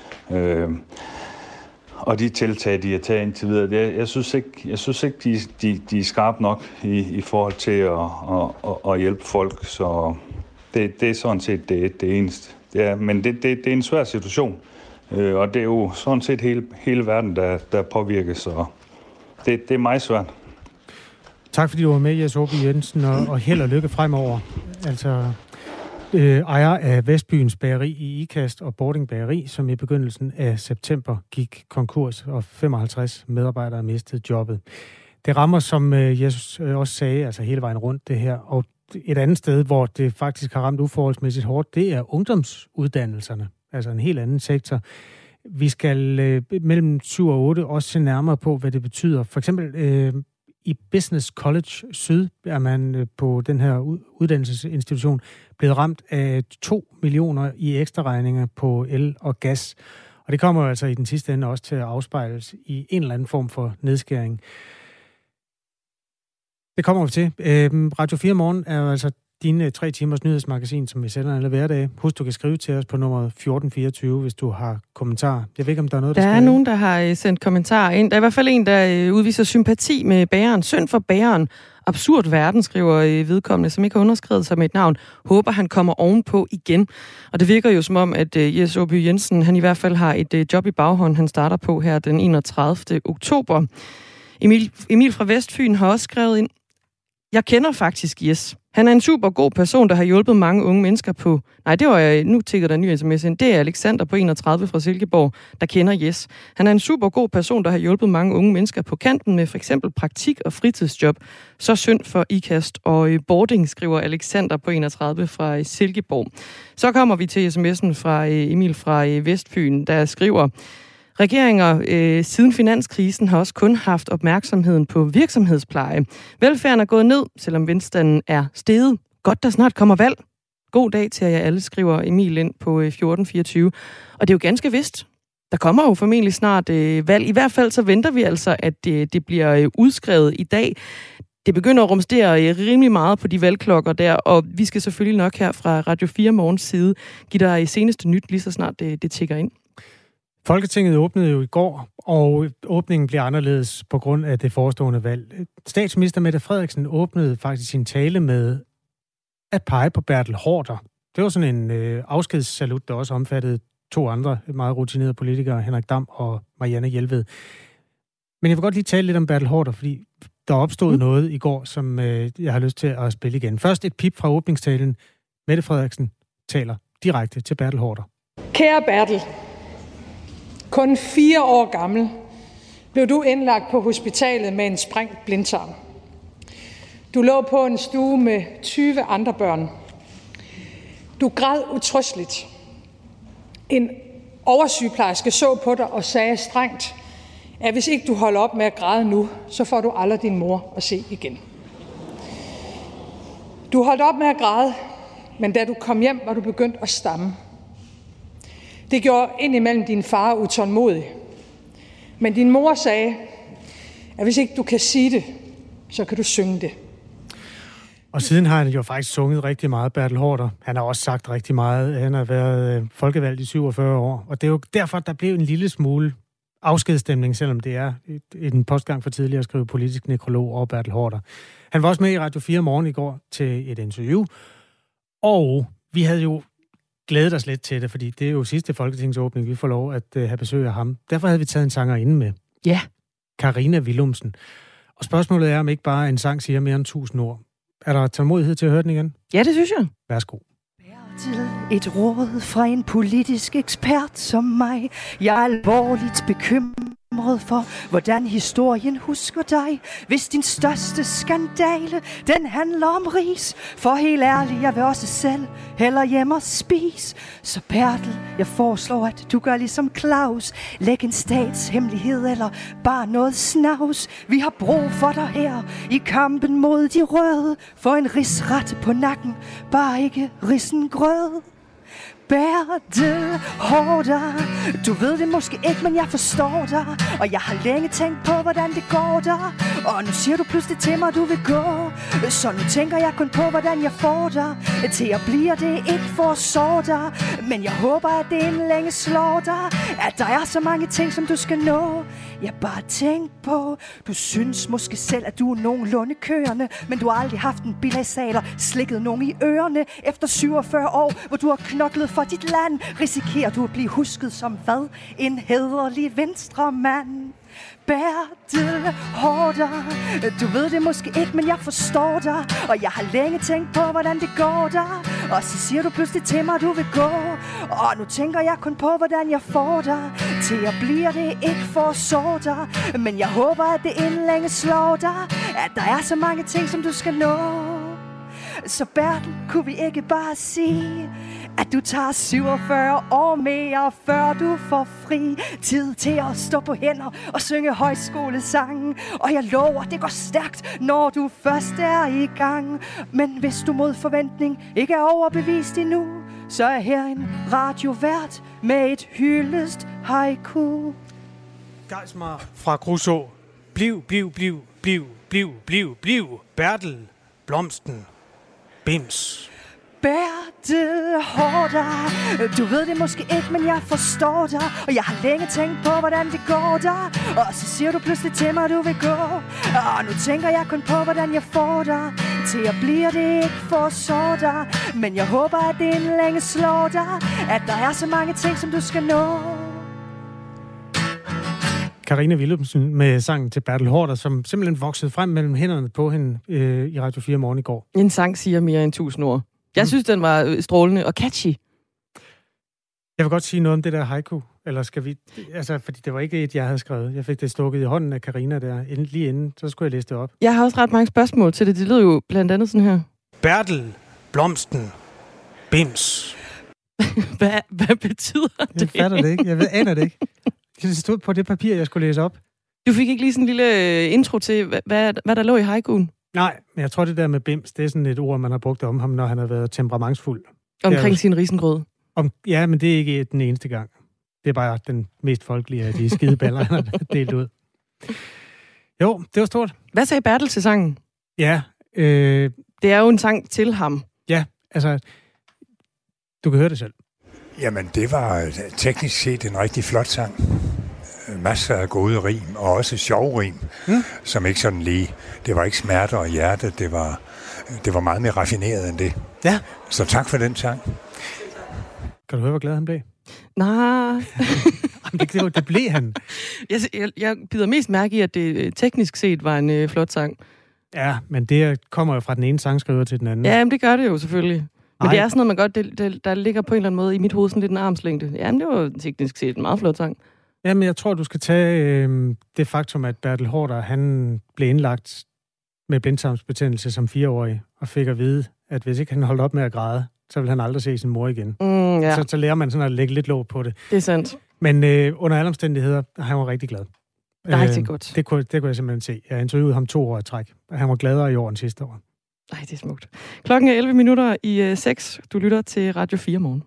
Og de tiltag, de har taget indtil videre, jeg synes ikke, de er skarpe nok i forhold til at hjælpe folk. Så det er sådan set det eneste. Men det er en svær situation, og det er jo sådan set hele verden, der påvirkes. Så det er meget svært. Tak fordi du var med, Jes Åby Jensen, og held og lykke fremover. Altså ejer af Vestbyens Bageri i Ikast og Bording Bageri, som i begyndelsen af september gik konkurs, og 55 medarbejdere mistede jobbet. Det rammer, som Jes også sagde, altså hele vejen rundt det her. Og et andet sted, hvor det faktisk har ramt uforholdsmæssigt hårdt, det er ungdomsuddannelserne. Altså en helt anden sektor. Vi skal mellem 7 og 8 også se nærmere på, hvad det betyder. For eksempel i Business College Syd er man på den her uddannelsesinstitution blevet ramt af 2 millioner i ekstra regninger på el og gas. Og det kommer jo altså i den sidste ende også til at afspejles i en eller anden form for nedskæring. Det kommer vi til. Radio 4 Morgen er jo altså dine 3 timers nyhedsmagasin, som vi sender alle hverdage. Husk, du kan skrive til os på nummer 1424, hvis du har kommentarer. Jeg ved ikke, om der er noget, der skal... Der er nogen, der har sendt kommentarer ind. Der er i hvert fald en, der udviser sympati med bageren. Synd for bageren. Absurd verden, skriver vedkommende, som ikke har underskrevet sig med et navn. Håber, han kommer ovenpå igen. Og det virker jo som om, at Jes Åby Jensen, han i hvert fald har et job i baghånd, han starter på her den 31. oktober. Emil fra Vestfyn har også skrevet ind: Jeg kender faktisk Jes. Han er en super god person, der har hjulpet mange unge mennesker på... Nej, det var nu tikker der en ny sms ind. Det er Alexander på 31 fra Silkeborg, der kender Jes. Han er en super god person, der har hjulpet mange unge mennesker på kanten med for eksempel praktik og fritidsjob. Så synd for Ikast og Bording, skriver Alexander på 31 fra Silkeborg. Så kommer vi til sms'en fra Emil fra Vestfyn, der skriver: Regeringer siden finanskrisen har også kun haft opmærksomheden på virksomhedspleje. Velfærden er gået ned, selvom velstanden er steget. Godt, der snart kommer valg. God dag til jer alle, skriver Emil ind på 1424. Og det er jo ganske vist. Der kommer jo formentlig snart valg. I hvert fald så venter vi altså, at det bliver udskrevet i dag. Det begynder at rumstere rimelig meget på de valgklokker der, og vi skal selvfølgelig nok her fra Radio 4 Morgens side give dig seneste nyt, lige så snart det tikker ind. Folketinget åbnede jo i går, og åbningen bliver anderledes på grund af det forestående valg. Statsminister Mette Frederiksen åbnede faktisk sin tale med at pege på Bertel Haarder. Det var sådan en afskedssalut, der også omfattede 2 andre meget rutinerede politikere, Henrik Dam og Marianne Jelved. Men jeg vil godt lige tale lidt om Bertel Haarder, fordi der opstod noget i går, som jeg har lyst til at spille igen. Først et pip fra åbningstalen. Mette Frederiksen taler direkte til Bertel Haarder. Kære Bertel, kun 4 år gammel blev du indlagt på hospitalet med en sprængt blindtarm. Du lå på en stue med 20 andre børn. Du græd utrøsteligt. En oversygeplejerske så på dig og sagde strengt, at hvis ikke du holder op med at græde nu, så får du aldrig din mor at se igen. Du holdt op med at græde, men da du kom hjem, var du begyndt at stamme. Det gjorde indimellem din far utålmodig. Men din mor sagde, at hvis ikke du kan sige det, så kan du synge det. Og siden har han jo faktisk sunget rigtig meget, Bertel Haarder. Han har også sagt rigtig meget. Han har været folkevalgt i 47 år. Og det er jo derfor, der blev en lille smule afskedsstemning, selvom det er en postgang for tidligere at skrive politisk nekrolog over Bertel Haarder. Han var også med i Radio 4 Morgen i går til et interview. Og vi havde jo glædet os lidt til det, fordi det er jo sidste folketingsåbning, vi får lov at have besøg af ham. Derfor havde vi taget en sangerinde med. Ja. Karina Willumsen. Og spørgsmålet er, om ikke bare en sang siger mere end 1000 ord. Er der tålmodighed til at høre den igen? Ja, det synes jeg. Værsgo. Bertel, et råd fra en politisk ekspert som mig. Jeg er alvorligt bekymret for, hvordan historien husker dig. Hvis din største skandale, den handler om ris. For helt ærligt, jeg vil også selv hellere hjem og spise. Så Bertel, jeg foreslår, at du gør ligesom Claus. Læg en statshemmelighed eller bare noget snavs. Vi har brug for dig her i kampen mod de røde. Få en rigsret på nakken, bare ikke risengrød. Bertel Haarder, du ved det måske ikke, men jeg forstår dig. Og jeg har længe tænkt på, hvordan det går der. Og nu siger du pludselig til mig, du vil gå. Så nu tænker jeg kun på, hvordan jeg får dig til at blive det, ikke for at sove dig. Men jeg håber, at det inden længe slår dig, at der er så mange ting, som du skal nå. Jeg bare tænk på, du synes måske selv, at du er nogenlunde kørende, men du har aldrig haft en bilagsaler, slikket nogen i ørerne. Efter 47 år, hvor du har knoklet for dit land, risikerer du at blive husket som hvad? En hæderlig venstremand. Bertel Haarder, du ved det måske ikke, men jeg forstår dig. Og jeg har længe tænkt på, hvordan det går der. Og så siger du pludselig til mig, du vil gå. Og nu tænker jeg kun på, hvordan jeg får dig til at blive det, ikke for at sove dig. Men jeg håber, at det inden længe slår dig, at der er så mange ting, som du skal nå. Så Bertel, kunne vi ikke bare sige, at du tager 47 år mere, før du får fri tid til at stå på hænder og synge højskolesangen. Og jeg lover, det går stærkt, når du først er i gang. Men hvis du mod forventning ikke er overbevist endnu, så er her en radiovært med et hyldest haiku. Geismar fra Crusoe. Bliv. Bertel, blomsten, bims. Bertel Haarder, du ved det måske ikke, men jeg forstår dig. Og jeg har længe tænkt på, hvordan det går der. Og så siger du pludselig til mig, du vil gå. Og nu tænker jeg kun på, hvordan jeg får dig til at blive det, ikke for at sove dig. Men jeg håber, at det inden længe slår dig, at der er så mange ting, som du skal nå. Karina Willumsen med sangen til Bertel Haarder, som simpelthen voksede frem mellem hænderne på hende i Radio 4 morgen i går. En sang siger mere end 1000 ord. Jeg synes, den var strålende og catchy. Jeg vil godt sige noget om det der haiku. Eller skal vi... Altså, fordi det var ikke et, jeg havde skrevet. Jeg fik det stukket i hånden af Karina der. Lige inden, så skulle jeg læse det op. Jeg har også ret mange spørgsmål til det. Det lyder jo blandt andet sådan her. Bertel, blomsten, bims. Hvad betyder det? Jeg fatter det ikke. Jeg aner det ikke. Det stod på det papir, jeg skulle læse op. Du fik ikke lige sådan en lille intro til, hvad der lå i haikuen? Nej, men jeg tror, det der med bims, det er sådan et ord, man har brugt om ham, når han har været temperamentsfuld. Omkring sin risengrød? Ja, men det er ikke den eneste gang. Det er bare den mest folkelige af de skideballer, han har delt ud. Jo, det var stort. Hvad sagde Bertel til sangen? Ja. Det er jo en sang til ham. Ja, altså, du kan høre det selv. Jamen, det var teknisk set en rigtig flot sang. Masser af gode rim, og også sjove rim, som ikke sådan lige... Det var ikke smerte og hjerte, det var meget mere raffineret end det. Ja. Så tak for den sang. Kan du høre, hvor glad han blev? Nej. det blev han. Jeg bider mest mærke i, at det teknisk set var en flot sang. Ja, men det kommer jo fra den ene sangskriver til den anden. Ja, men det gør det jo selvfølgelig. Men det er sådan noget, man godt... Der ligger på en eller anden måde i mit hoved sådan lidt en armslængde. Jamen, det var teknisk set en meget flot sang. Jamen, jeg tror, du skal tage det faktum, at Bertel Haarder, han blev indlagt med blindtarmsbetændelse som 4-årig, og fik at vide, at hvis ikke han holdt op med at græde, så ville han aldrig se sin mor igen. Ja. Så lærer man sådan at lægge lidt låg på det. Det er sandt. Men under alle omstændigheder, han var rigtig glad. Rigtig godt. Det kunne jeg simpelthen se. Jeg interviewede ham 2 år i træk, og han var gladere i år end sidste år. Ej, det er smukt. Klokken er 11 minutter i 6. Du lytter til Radio 4 morgen.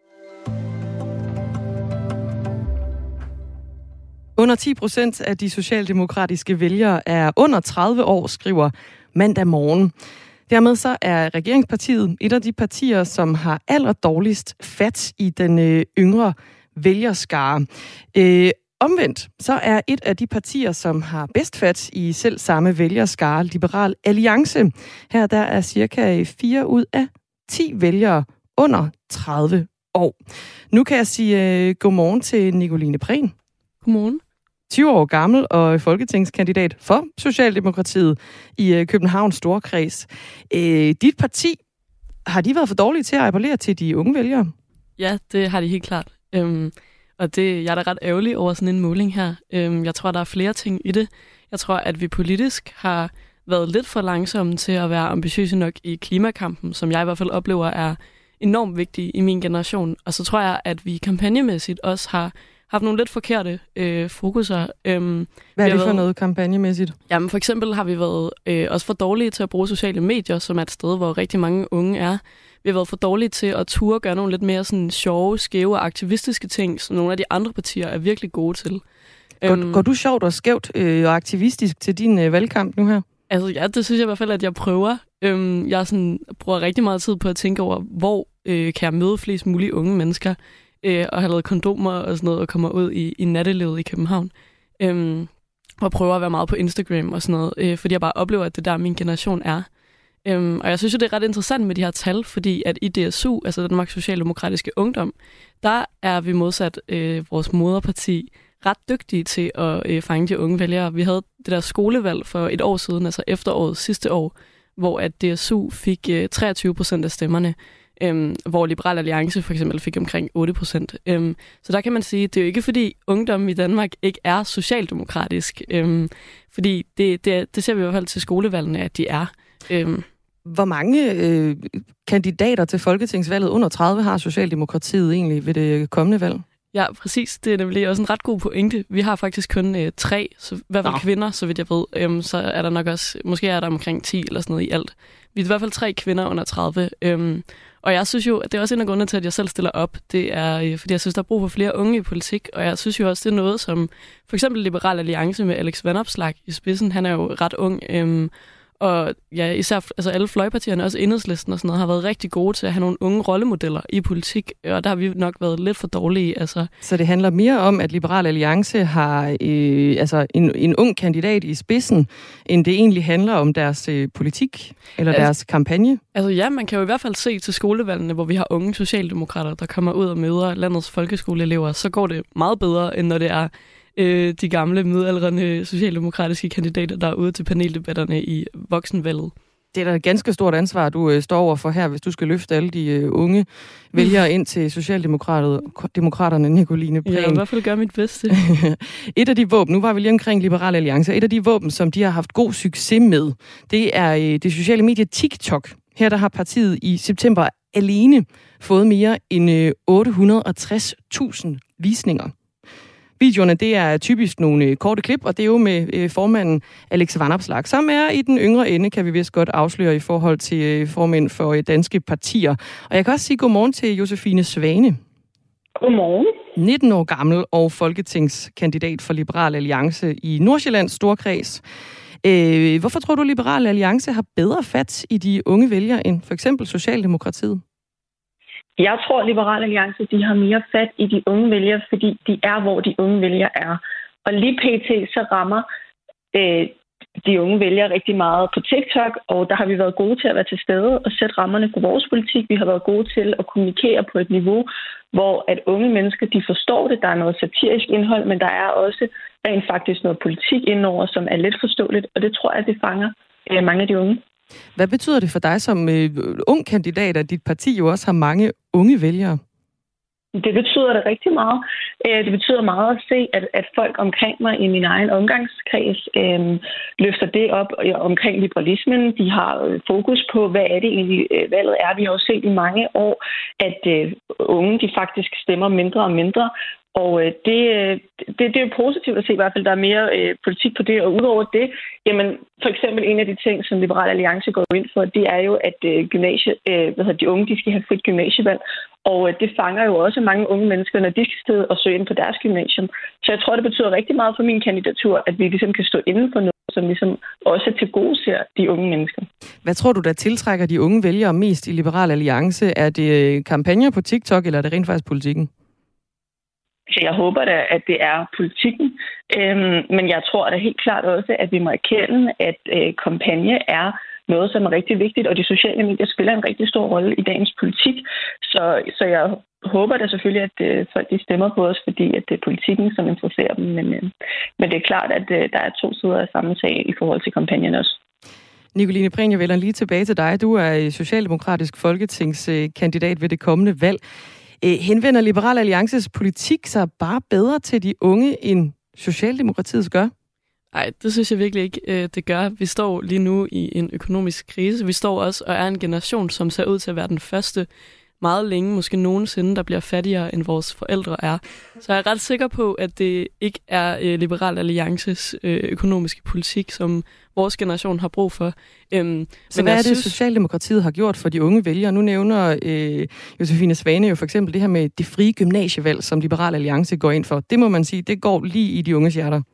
Under 10% af de socialdemokratiske vælgere er under 30 år, skriver Mandag Morgen. Dermed så er regeringspartiet et af de partier, som har allerdårligst fat i den yngre vælgerskare. Omvendt så er et af de partier, som har bedst fat i selv samme vælgerskare, Liberal Alliance. Her der er cirka 4 ud af 10 vælgere under 30 år. Nu kan jeg sige godmorgen til Nicoline Prehn. Godmorgen. 20 år gammel og folketingskandidat for Socialdemokratiet i Københavns Storkreds. Dit parti Har de været for dårlige til at appellere til de unge vælgere? Ja, det har de helt klart. Og jeg er da ret ærgerlig over sådan en måling her. Jeg tror, der er flere ting i det. Jeg tror, at vi politisk har været lidt for langsomme til at være ambitiøse nok i klimakampen, som jeg i hvert fald oplever er enormt vigtig i min generation. Og så tror jeg, at vi kampagnemæssigt også har haft nogle lidt forkerte fokuser. Hvad er det for noget kampagnemæssigt? Jamen for eksempel har vi været også for dårlige til at bruge sociale medier, som er et sted, hvor rigtig mange unge er. Vi har været for dårlige til at turde gøre nogle lidt mere sådan sjove, skæve og aktivistiske ting, som nogle af de andre partier er virkelig gode til. Går du sjovt og skævt og aktivistisk til din valgkamp nu her? Altså ja, det synes jeg i hvert fald, at jeg prøver. Jeg bruger rigtig meget tid på at tænke over, hvor kan jeg møde flest mulige unge mennesker, og har lavet kondomer og sådan noget, og kommer ud i nattelivet i København. Og prøver at være meget på Instagram og sådan noget, fordi jeg bare oplever, at det der min generation er. Og jeg synes jo, det er ret interessant med de her tal, fordi at i DSU, altså Danmarks Socialdemokratiske Ungdom, der er vi modsat vores moderparti ret dygtige til at fange de unge vælgere. Vi havde det der skolevalg for et år siden, altså efteråret sidste år, hvor at DSU fik 23% af stemmerne, hvor Liberal Alliance for eksempel fik omkring 8%. Så der kan man sige, det er jo ikke fordi ungdommen i Danmark ikke er socialdemokratisk, fordi det ser vi i hvert fald til skolevalgene, at de er. Hvor mange kandidater til folketingsvalget under 30 har Socialdemokratiet egentlig ved det kommende valg? Ja, præcis. Det er nemlig også en ret god pointe. Vi har faktisk kun 3, så, i hvert fald kvinder, så vidt jeg ved. Så er der nok også, måske er der omkring 10 eller sådan noget i alt. Vi er i hvert fald 3 kvinder under 30. Og jeg synes jo, at det er også en af grundene til, at jeg selv stiller op. Det er, fordi jeg synes, der er brug for flere unge i politik. Og jeg synes jo også, det er noget, som for eksempel Liberal Alliance med Alex Vanopslagh i spidsen. Han er jo ret ung. Og ja, især altså alle fløjpartierne, også Enhedslisten og sådan noget, har været rigtig gode til at have nogle unge rollemodeller i politik, og der har vi nok været lidt for dårlige. Altså. Så det handler mere om, at Liberal Alliance har en ung kandidat i spidsen, end det egentlig handler om deres politik eller deres kampagne? Altså ja, man kan jo i hvert fald se til skolevalgene, hvor vi har unge socialdemokrater, der kommer ud og møder landets folkeskoleelever, så går det meget bedre, end når det er de gamle, midaldrende socialdemokratiske kandidater, der er ude til paneldebatterne i voksenvalget. Det er da et ganske stort ansvar, du står over for her, hvis du skal løfte alle de unge vælgere ind til Socialdemokraterne, Nicoline Prehn. Jeg vil i hvert fald gøre mit bedste. Et af de våben, nu var vi lige omkring Liberal Alliance, et af de våben, som de har haft god succes med, det er det sociale medie TikTok. Her der har partiet i september alene fået mere end 860.000 visninger. Videoerne, det er typisk nogle korte klip, og det er jo med formanden Alex Vanopslagh, som er i den yngre ende, kan vi vist godt afsløre i forhold til formænd for danske partier. Og jeg kan også sige godmorgen til Josefine Svane. Godmorgen. 19 år gammel og folketingskandidat for Liberal Alliance i Nordsjællands Storkreds. Hvorfor tror du, Liberal Alliance har bedre fat i de unge vælgere end for eksempel Socialdemokratiet? Jeg tror, at Liberal Alliance de har mere fat i de unge vælgere, fordi de er, hvor de unge vælgere er. Og lige pt. Så rammer de unge vælgere rigtig meget på TikTok, og der har vi været gode til at være til stede og sætte rammerne for vores politik. Vi har været gode til at kommunikere på et niveau, hvor at unge mennesker de forstår det. Der er noget satirisk indhold, men der er også rent faktisk noget politik indover, som er let forståeligt, og det tror jeg, det fanger mange af de unge. Hvad betyder det for dig som ung kandidat, at dit parti jo også har mange unge vælgere? Det betyder det rigtig meget. Det betyder meget at se, at folk omkring mig i min egen omgangskreds løfter det op omkring liberalismen. De har fokus på, hvad er det egentlig valget er. Vi har jo set i mange år, at unge de faktisk stemmer mindre og mindre. Og det er jo positivt at se i hvert fald, der er mere politik på det. Og udover det, jamen for eksempel en af de ting, som Liberal Alliance går ind for, det er jo, at de unge de skal have frit gymnasievalg. Og det fanger jo også mange unge mennesker, når de skal sidde og søge ind på deres gymnasium. Så jeg tror, det betyder rigtig meget for min kandidatur, at vi ligesom kan stå inden for noget, som ligesom også tilgodeser de unge mennesker. Hvad tror du, der tiltrækker de unge vælgere mest i Liberal Alliance? Er det kampagner på TikTok, eller er det rent faktisk politikken? Så jeg håber da, at det er politikken. Men jeg tror da helt klart også, at vi må erkende, at kampagne er noget, som er rigtig vigtigt, og de sociale medier spiller en rigtig stor rolle i dagens politik. Så jeg håber da selvfølgelig, at folk de stemmer på os, fordi at det er politikken, som interesserer dem. Men det er klart, at der er 2 sider af samme sag i forhold til kampagnen også. Nicoline Prehn, jeg vender lige tilbage til dig. Du er socialdemokratisk folketingskandidat ved det kommende valg. Henvender Liberal Alliances politik sig bare bedre til de unge, end Socialdemokratiets gør? Nej, det synes jeg virkelig ikke, det gør. Vi står lige nu i en økonomisk krise. Vi står også og er en generation, som ser ud til at være den første meget længe, måske nogensinde, der bliver fattigere, end vores forældre er. Så jeg er ret sikker på, at det ikke er Liberal Alliances økonomiske politik, som vores generation har brug for. Så hvad er det, Socialdemokratiet har gjort for de unge vælgere? Nu nævner Josefine Svane jo for eksempel det her med det frie gymnasievalg, som Liberal Alliance går ind for. Det må man sige, det går lige i de unges hjerter.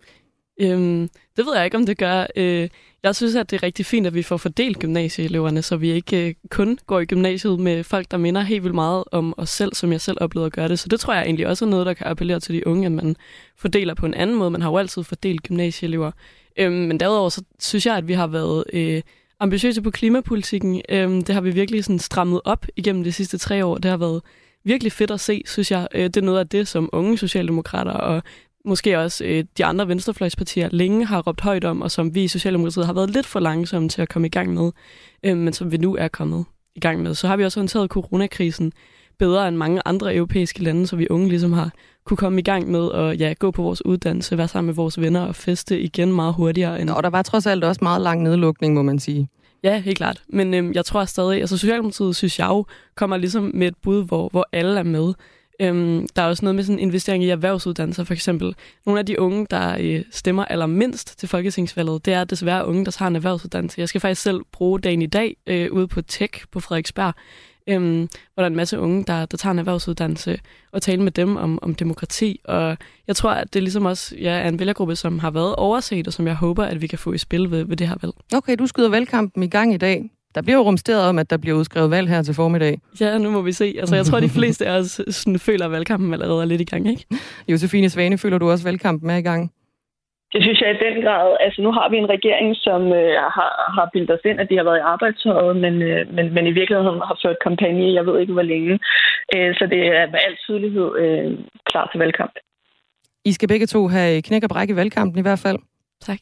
Det ved jeg ikke, om det gør. Jeg synes, at det er rigtig fint, at vi får fordelt gymnasieeleverne, så vi ikke kun går i gymnasiet med folk, der minder helt vildt meget om os selv, som jeg selv oplevede at gøre det. Så det tror jeg egentlig også er noget, der kan appellere til de unge, at man fordeler på en anden måde. Man har jo altid fordelt gymnasieelever. Men derudover så synes jeg, at vi har været ambitiøse på klimapolitikken. Det har vi virkelig sådan strammet op igennem de sidste 3 år. Det har været virkelig fedt at se, synes jeg. Det er noget af det, som unge socialdemokrater og måske også de andre venstrefløjspartier længe har råbt højt om, og som vi i Socialdemokratiet har været lidt for langsomme til at komme i gang med, men som vi nu er kommet i gang med. Så har vi også håndteret coronakrisen bedre end mange andre europæiske lande, så vi unge ligesom har kunne komme i gang med at gå på vores uddannelse, være sammen med vores venner og feste igen meget hurtigere. Og der var trods alt også meget lang nedlukning, må man sige. Ja, helt klart. Men jeg tror stadig, altså Socialdemokratiet, synes jeg jo, kommer ligesom med et bud, hvor alle er med. Der er også noget med sådan investering i erhvervsuddannelser, for eksempel. Nogle af de unge, der stemmer allermindst til folketingsvalget, det er desværre unge, der tager en erhvervsuddannelse. Jeg skal faktisk selv bruge dagen i dag ude på Tech på Frederiksberg, hvor der er en masse unge, der tager en erhvervsuddannelse, og tale med dem om demokrati. Og jeg tror, at det ligesom også er en vælgergruppe, som har været overset, og som jeg håber, at vi kan få i spil ved det her valg. Okay, du skyder valgkampen i gang i dag. Der bliver jo rumsteret om, at der bliver udskrevet valg her til formiddag. Ja, nu må vi se. Altså, jeg tror, de fleste af os føler, at valgkampen allerede er lidt i gang, ikke? Josefine Svane, føler du også, at valgkampen er i gang? Det synes jeg i den grad. Altså, nu har vi en regering, som har bildet os ind, at de har været i arbejdstøjet, men i virkeligheden har ført kampagne, jeg ved ikke hvor længe. Så det er med al tydelighed klar til valgkamp. I skal begge to have knæk og bræk i valgkampen i hvert fald. Tak.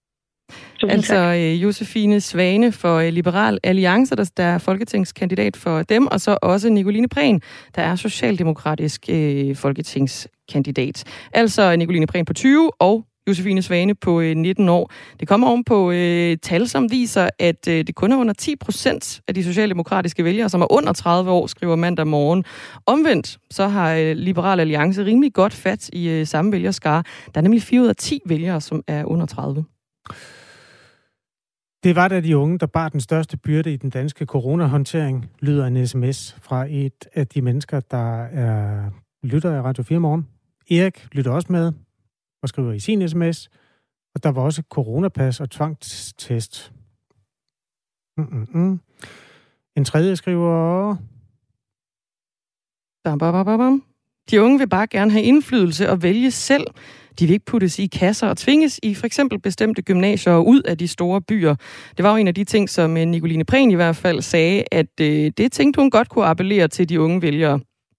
Altså Josefine Svane for Liberal Alliance, der er folketingskandidat for dem, og så også Nicoline Prehn, der er socialdemokratisk folketingskandidat. Altså Nicoline Prehn på 20 og Josefine Svane på 19 år. Det kommer oven på tal, som viser, at det kun er under 10% af de socialdemokratiske vælgere, som er under 30 år, skriver mandag morgen. Omvendt så har Liberal Alliance rimelig godt fat i samme vælgerskare. Der er nemlig 4 ud af 10 vælgere, som er under 30. Det var da de unge, der bar den største byrde i den danske coronahåndtering, lyder en sms fra et af de mennesker, der lytter i Radio 4 morgen. Erik lytter også med og skriver i sin sms, og der var også coronapas og tvangstest. En tredje skriver... De unge vil bare gerne have indflydelse og vælge selv. De vil ikke puttes i kasser og tvinges i for eksempel bestemte gymnasier og ud af de store byer. Det var jo en af de ting, som Nicoline Prehn i hvert fald sagde, at det tænkte hun godt kunne appellere til de unge vælgere.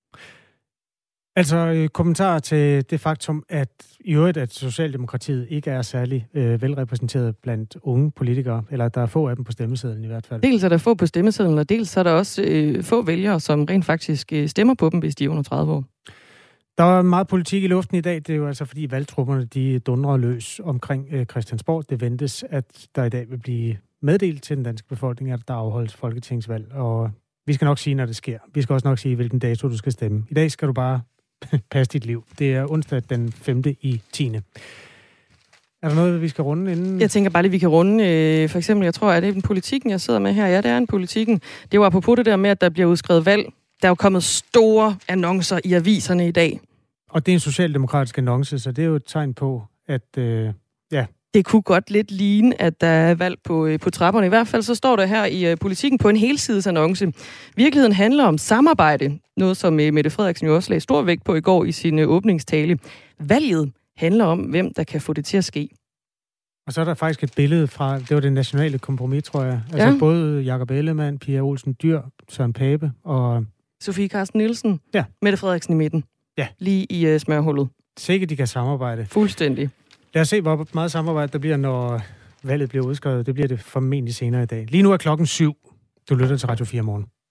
Altså kommentar til det faktum, at i øvrigt, at Socialdemokratiet ikke er særlig velrepræsenteret blandt unge politikere, eller der er få af dem på stemmesedlen i hvert fald. Dels er der få på stemmesedlen, og dels er der også få vælgere, som rent faktisk stemmer på dem, hvis de er under 30 år. Der er meget politik i luften i dag. Det er jo altså fordi valgtrupperne de dundrer løs omkring Christiansborg. Det ventes, at der i dag vil blive meddelt til den danske befolkning, at der afholdes folketingsvalg. Og vi skal nok sige, når det sker. Vi skal også nok sige, hvilken dato du skal stemme. I dag skal du bare passe dit liv. Det er onsdag den 5. i 10. Er der noget, vi skal runde inden? Jeg tænker bare lige, vi kan runde. For eksempel, jeg tror, at det er den politikken, jeg sidder med her. Ja, det er en politikken. Det var apropos det der med, at der bliver udskrevet valg. Der er jo kommet store annoncer i aviserne i dag. Og det er en socialdemokratisk annonce, så det er jo et tegn på, at Det kunne godt lidt ligne, at der er valg på trapperne. I hvert fald så står der her i politikken på en helsidesannonce. Virkeligheden handler om samarbejde. Noget, som Mette Frederiksen jo også lagde stor vægt på i går i sin åbningstale. Valget handler om, hvem der kan få det til at ske. Og så er der faktisk et billede fra, det var det nationale kompromis, tror jeg. Altså både Jakob Ellemann, Pia Olsen Dyhr, Søren Pape og... Sofie Carsten Nielsen. Ja. Mette Frederiksen i midten. Ja. Lige i smørhullet. Sikkert de kan samarbejde. Fuldstændig. Lad os se, hvor meget samarbejde der bliver, når valget bliver udskrevet. Det bliver det formentlig senere i dag. Lige nu er klokken 7. Du lytter til Radio 4 morgen.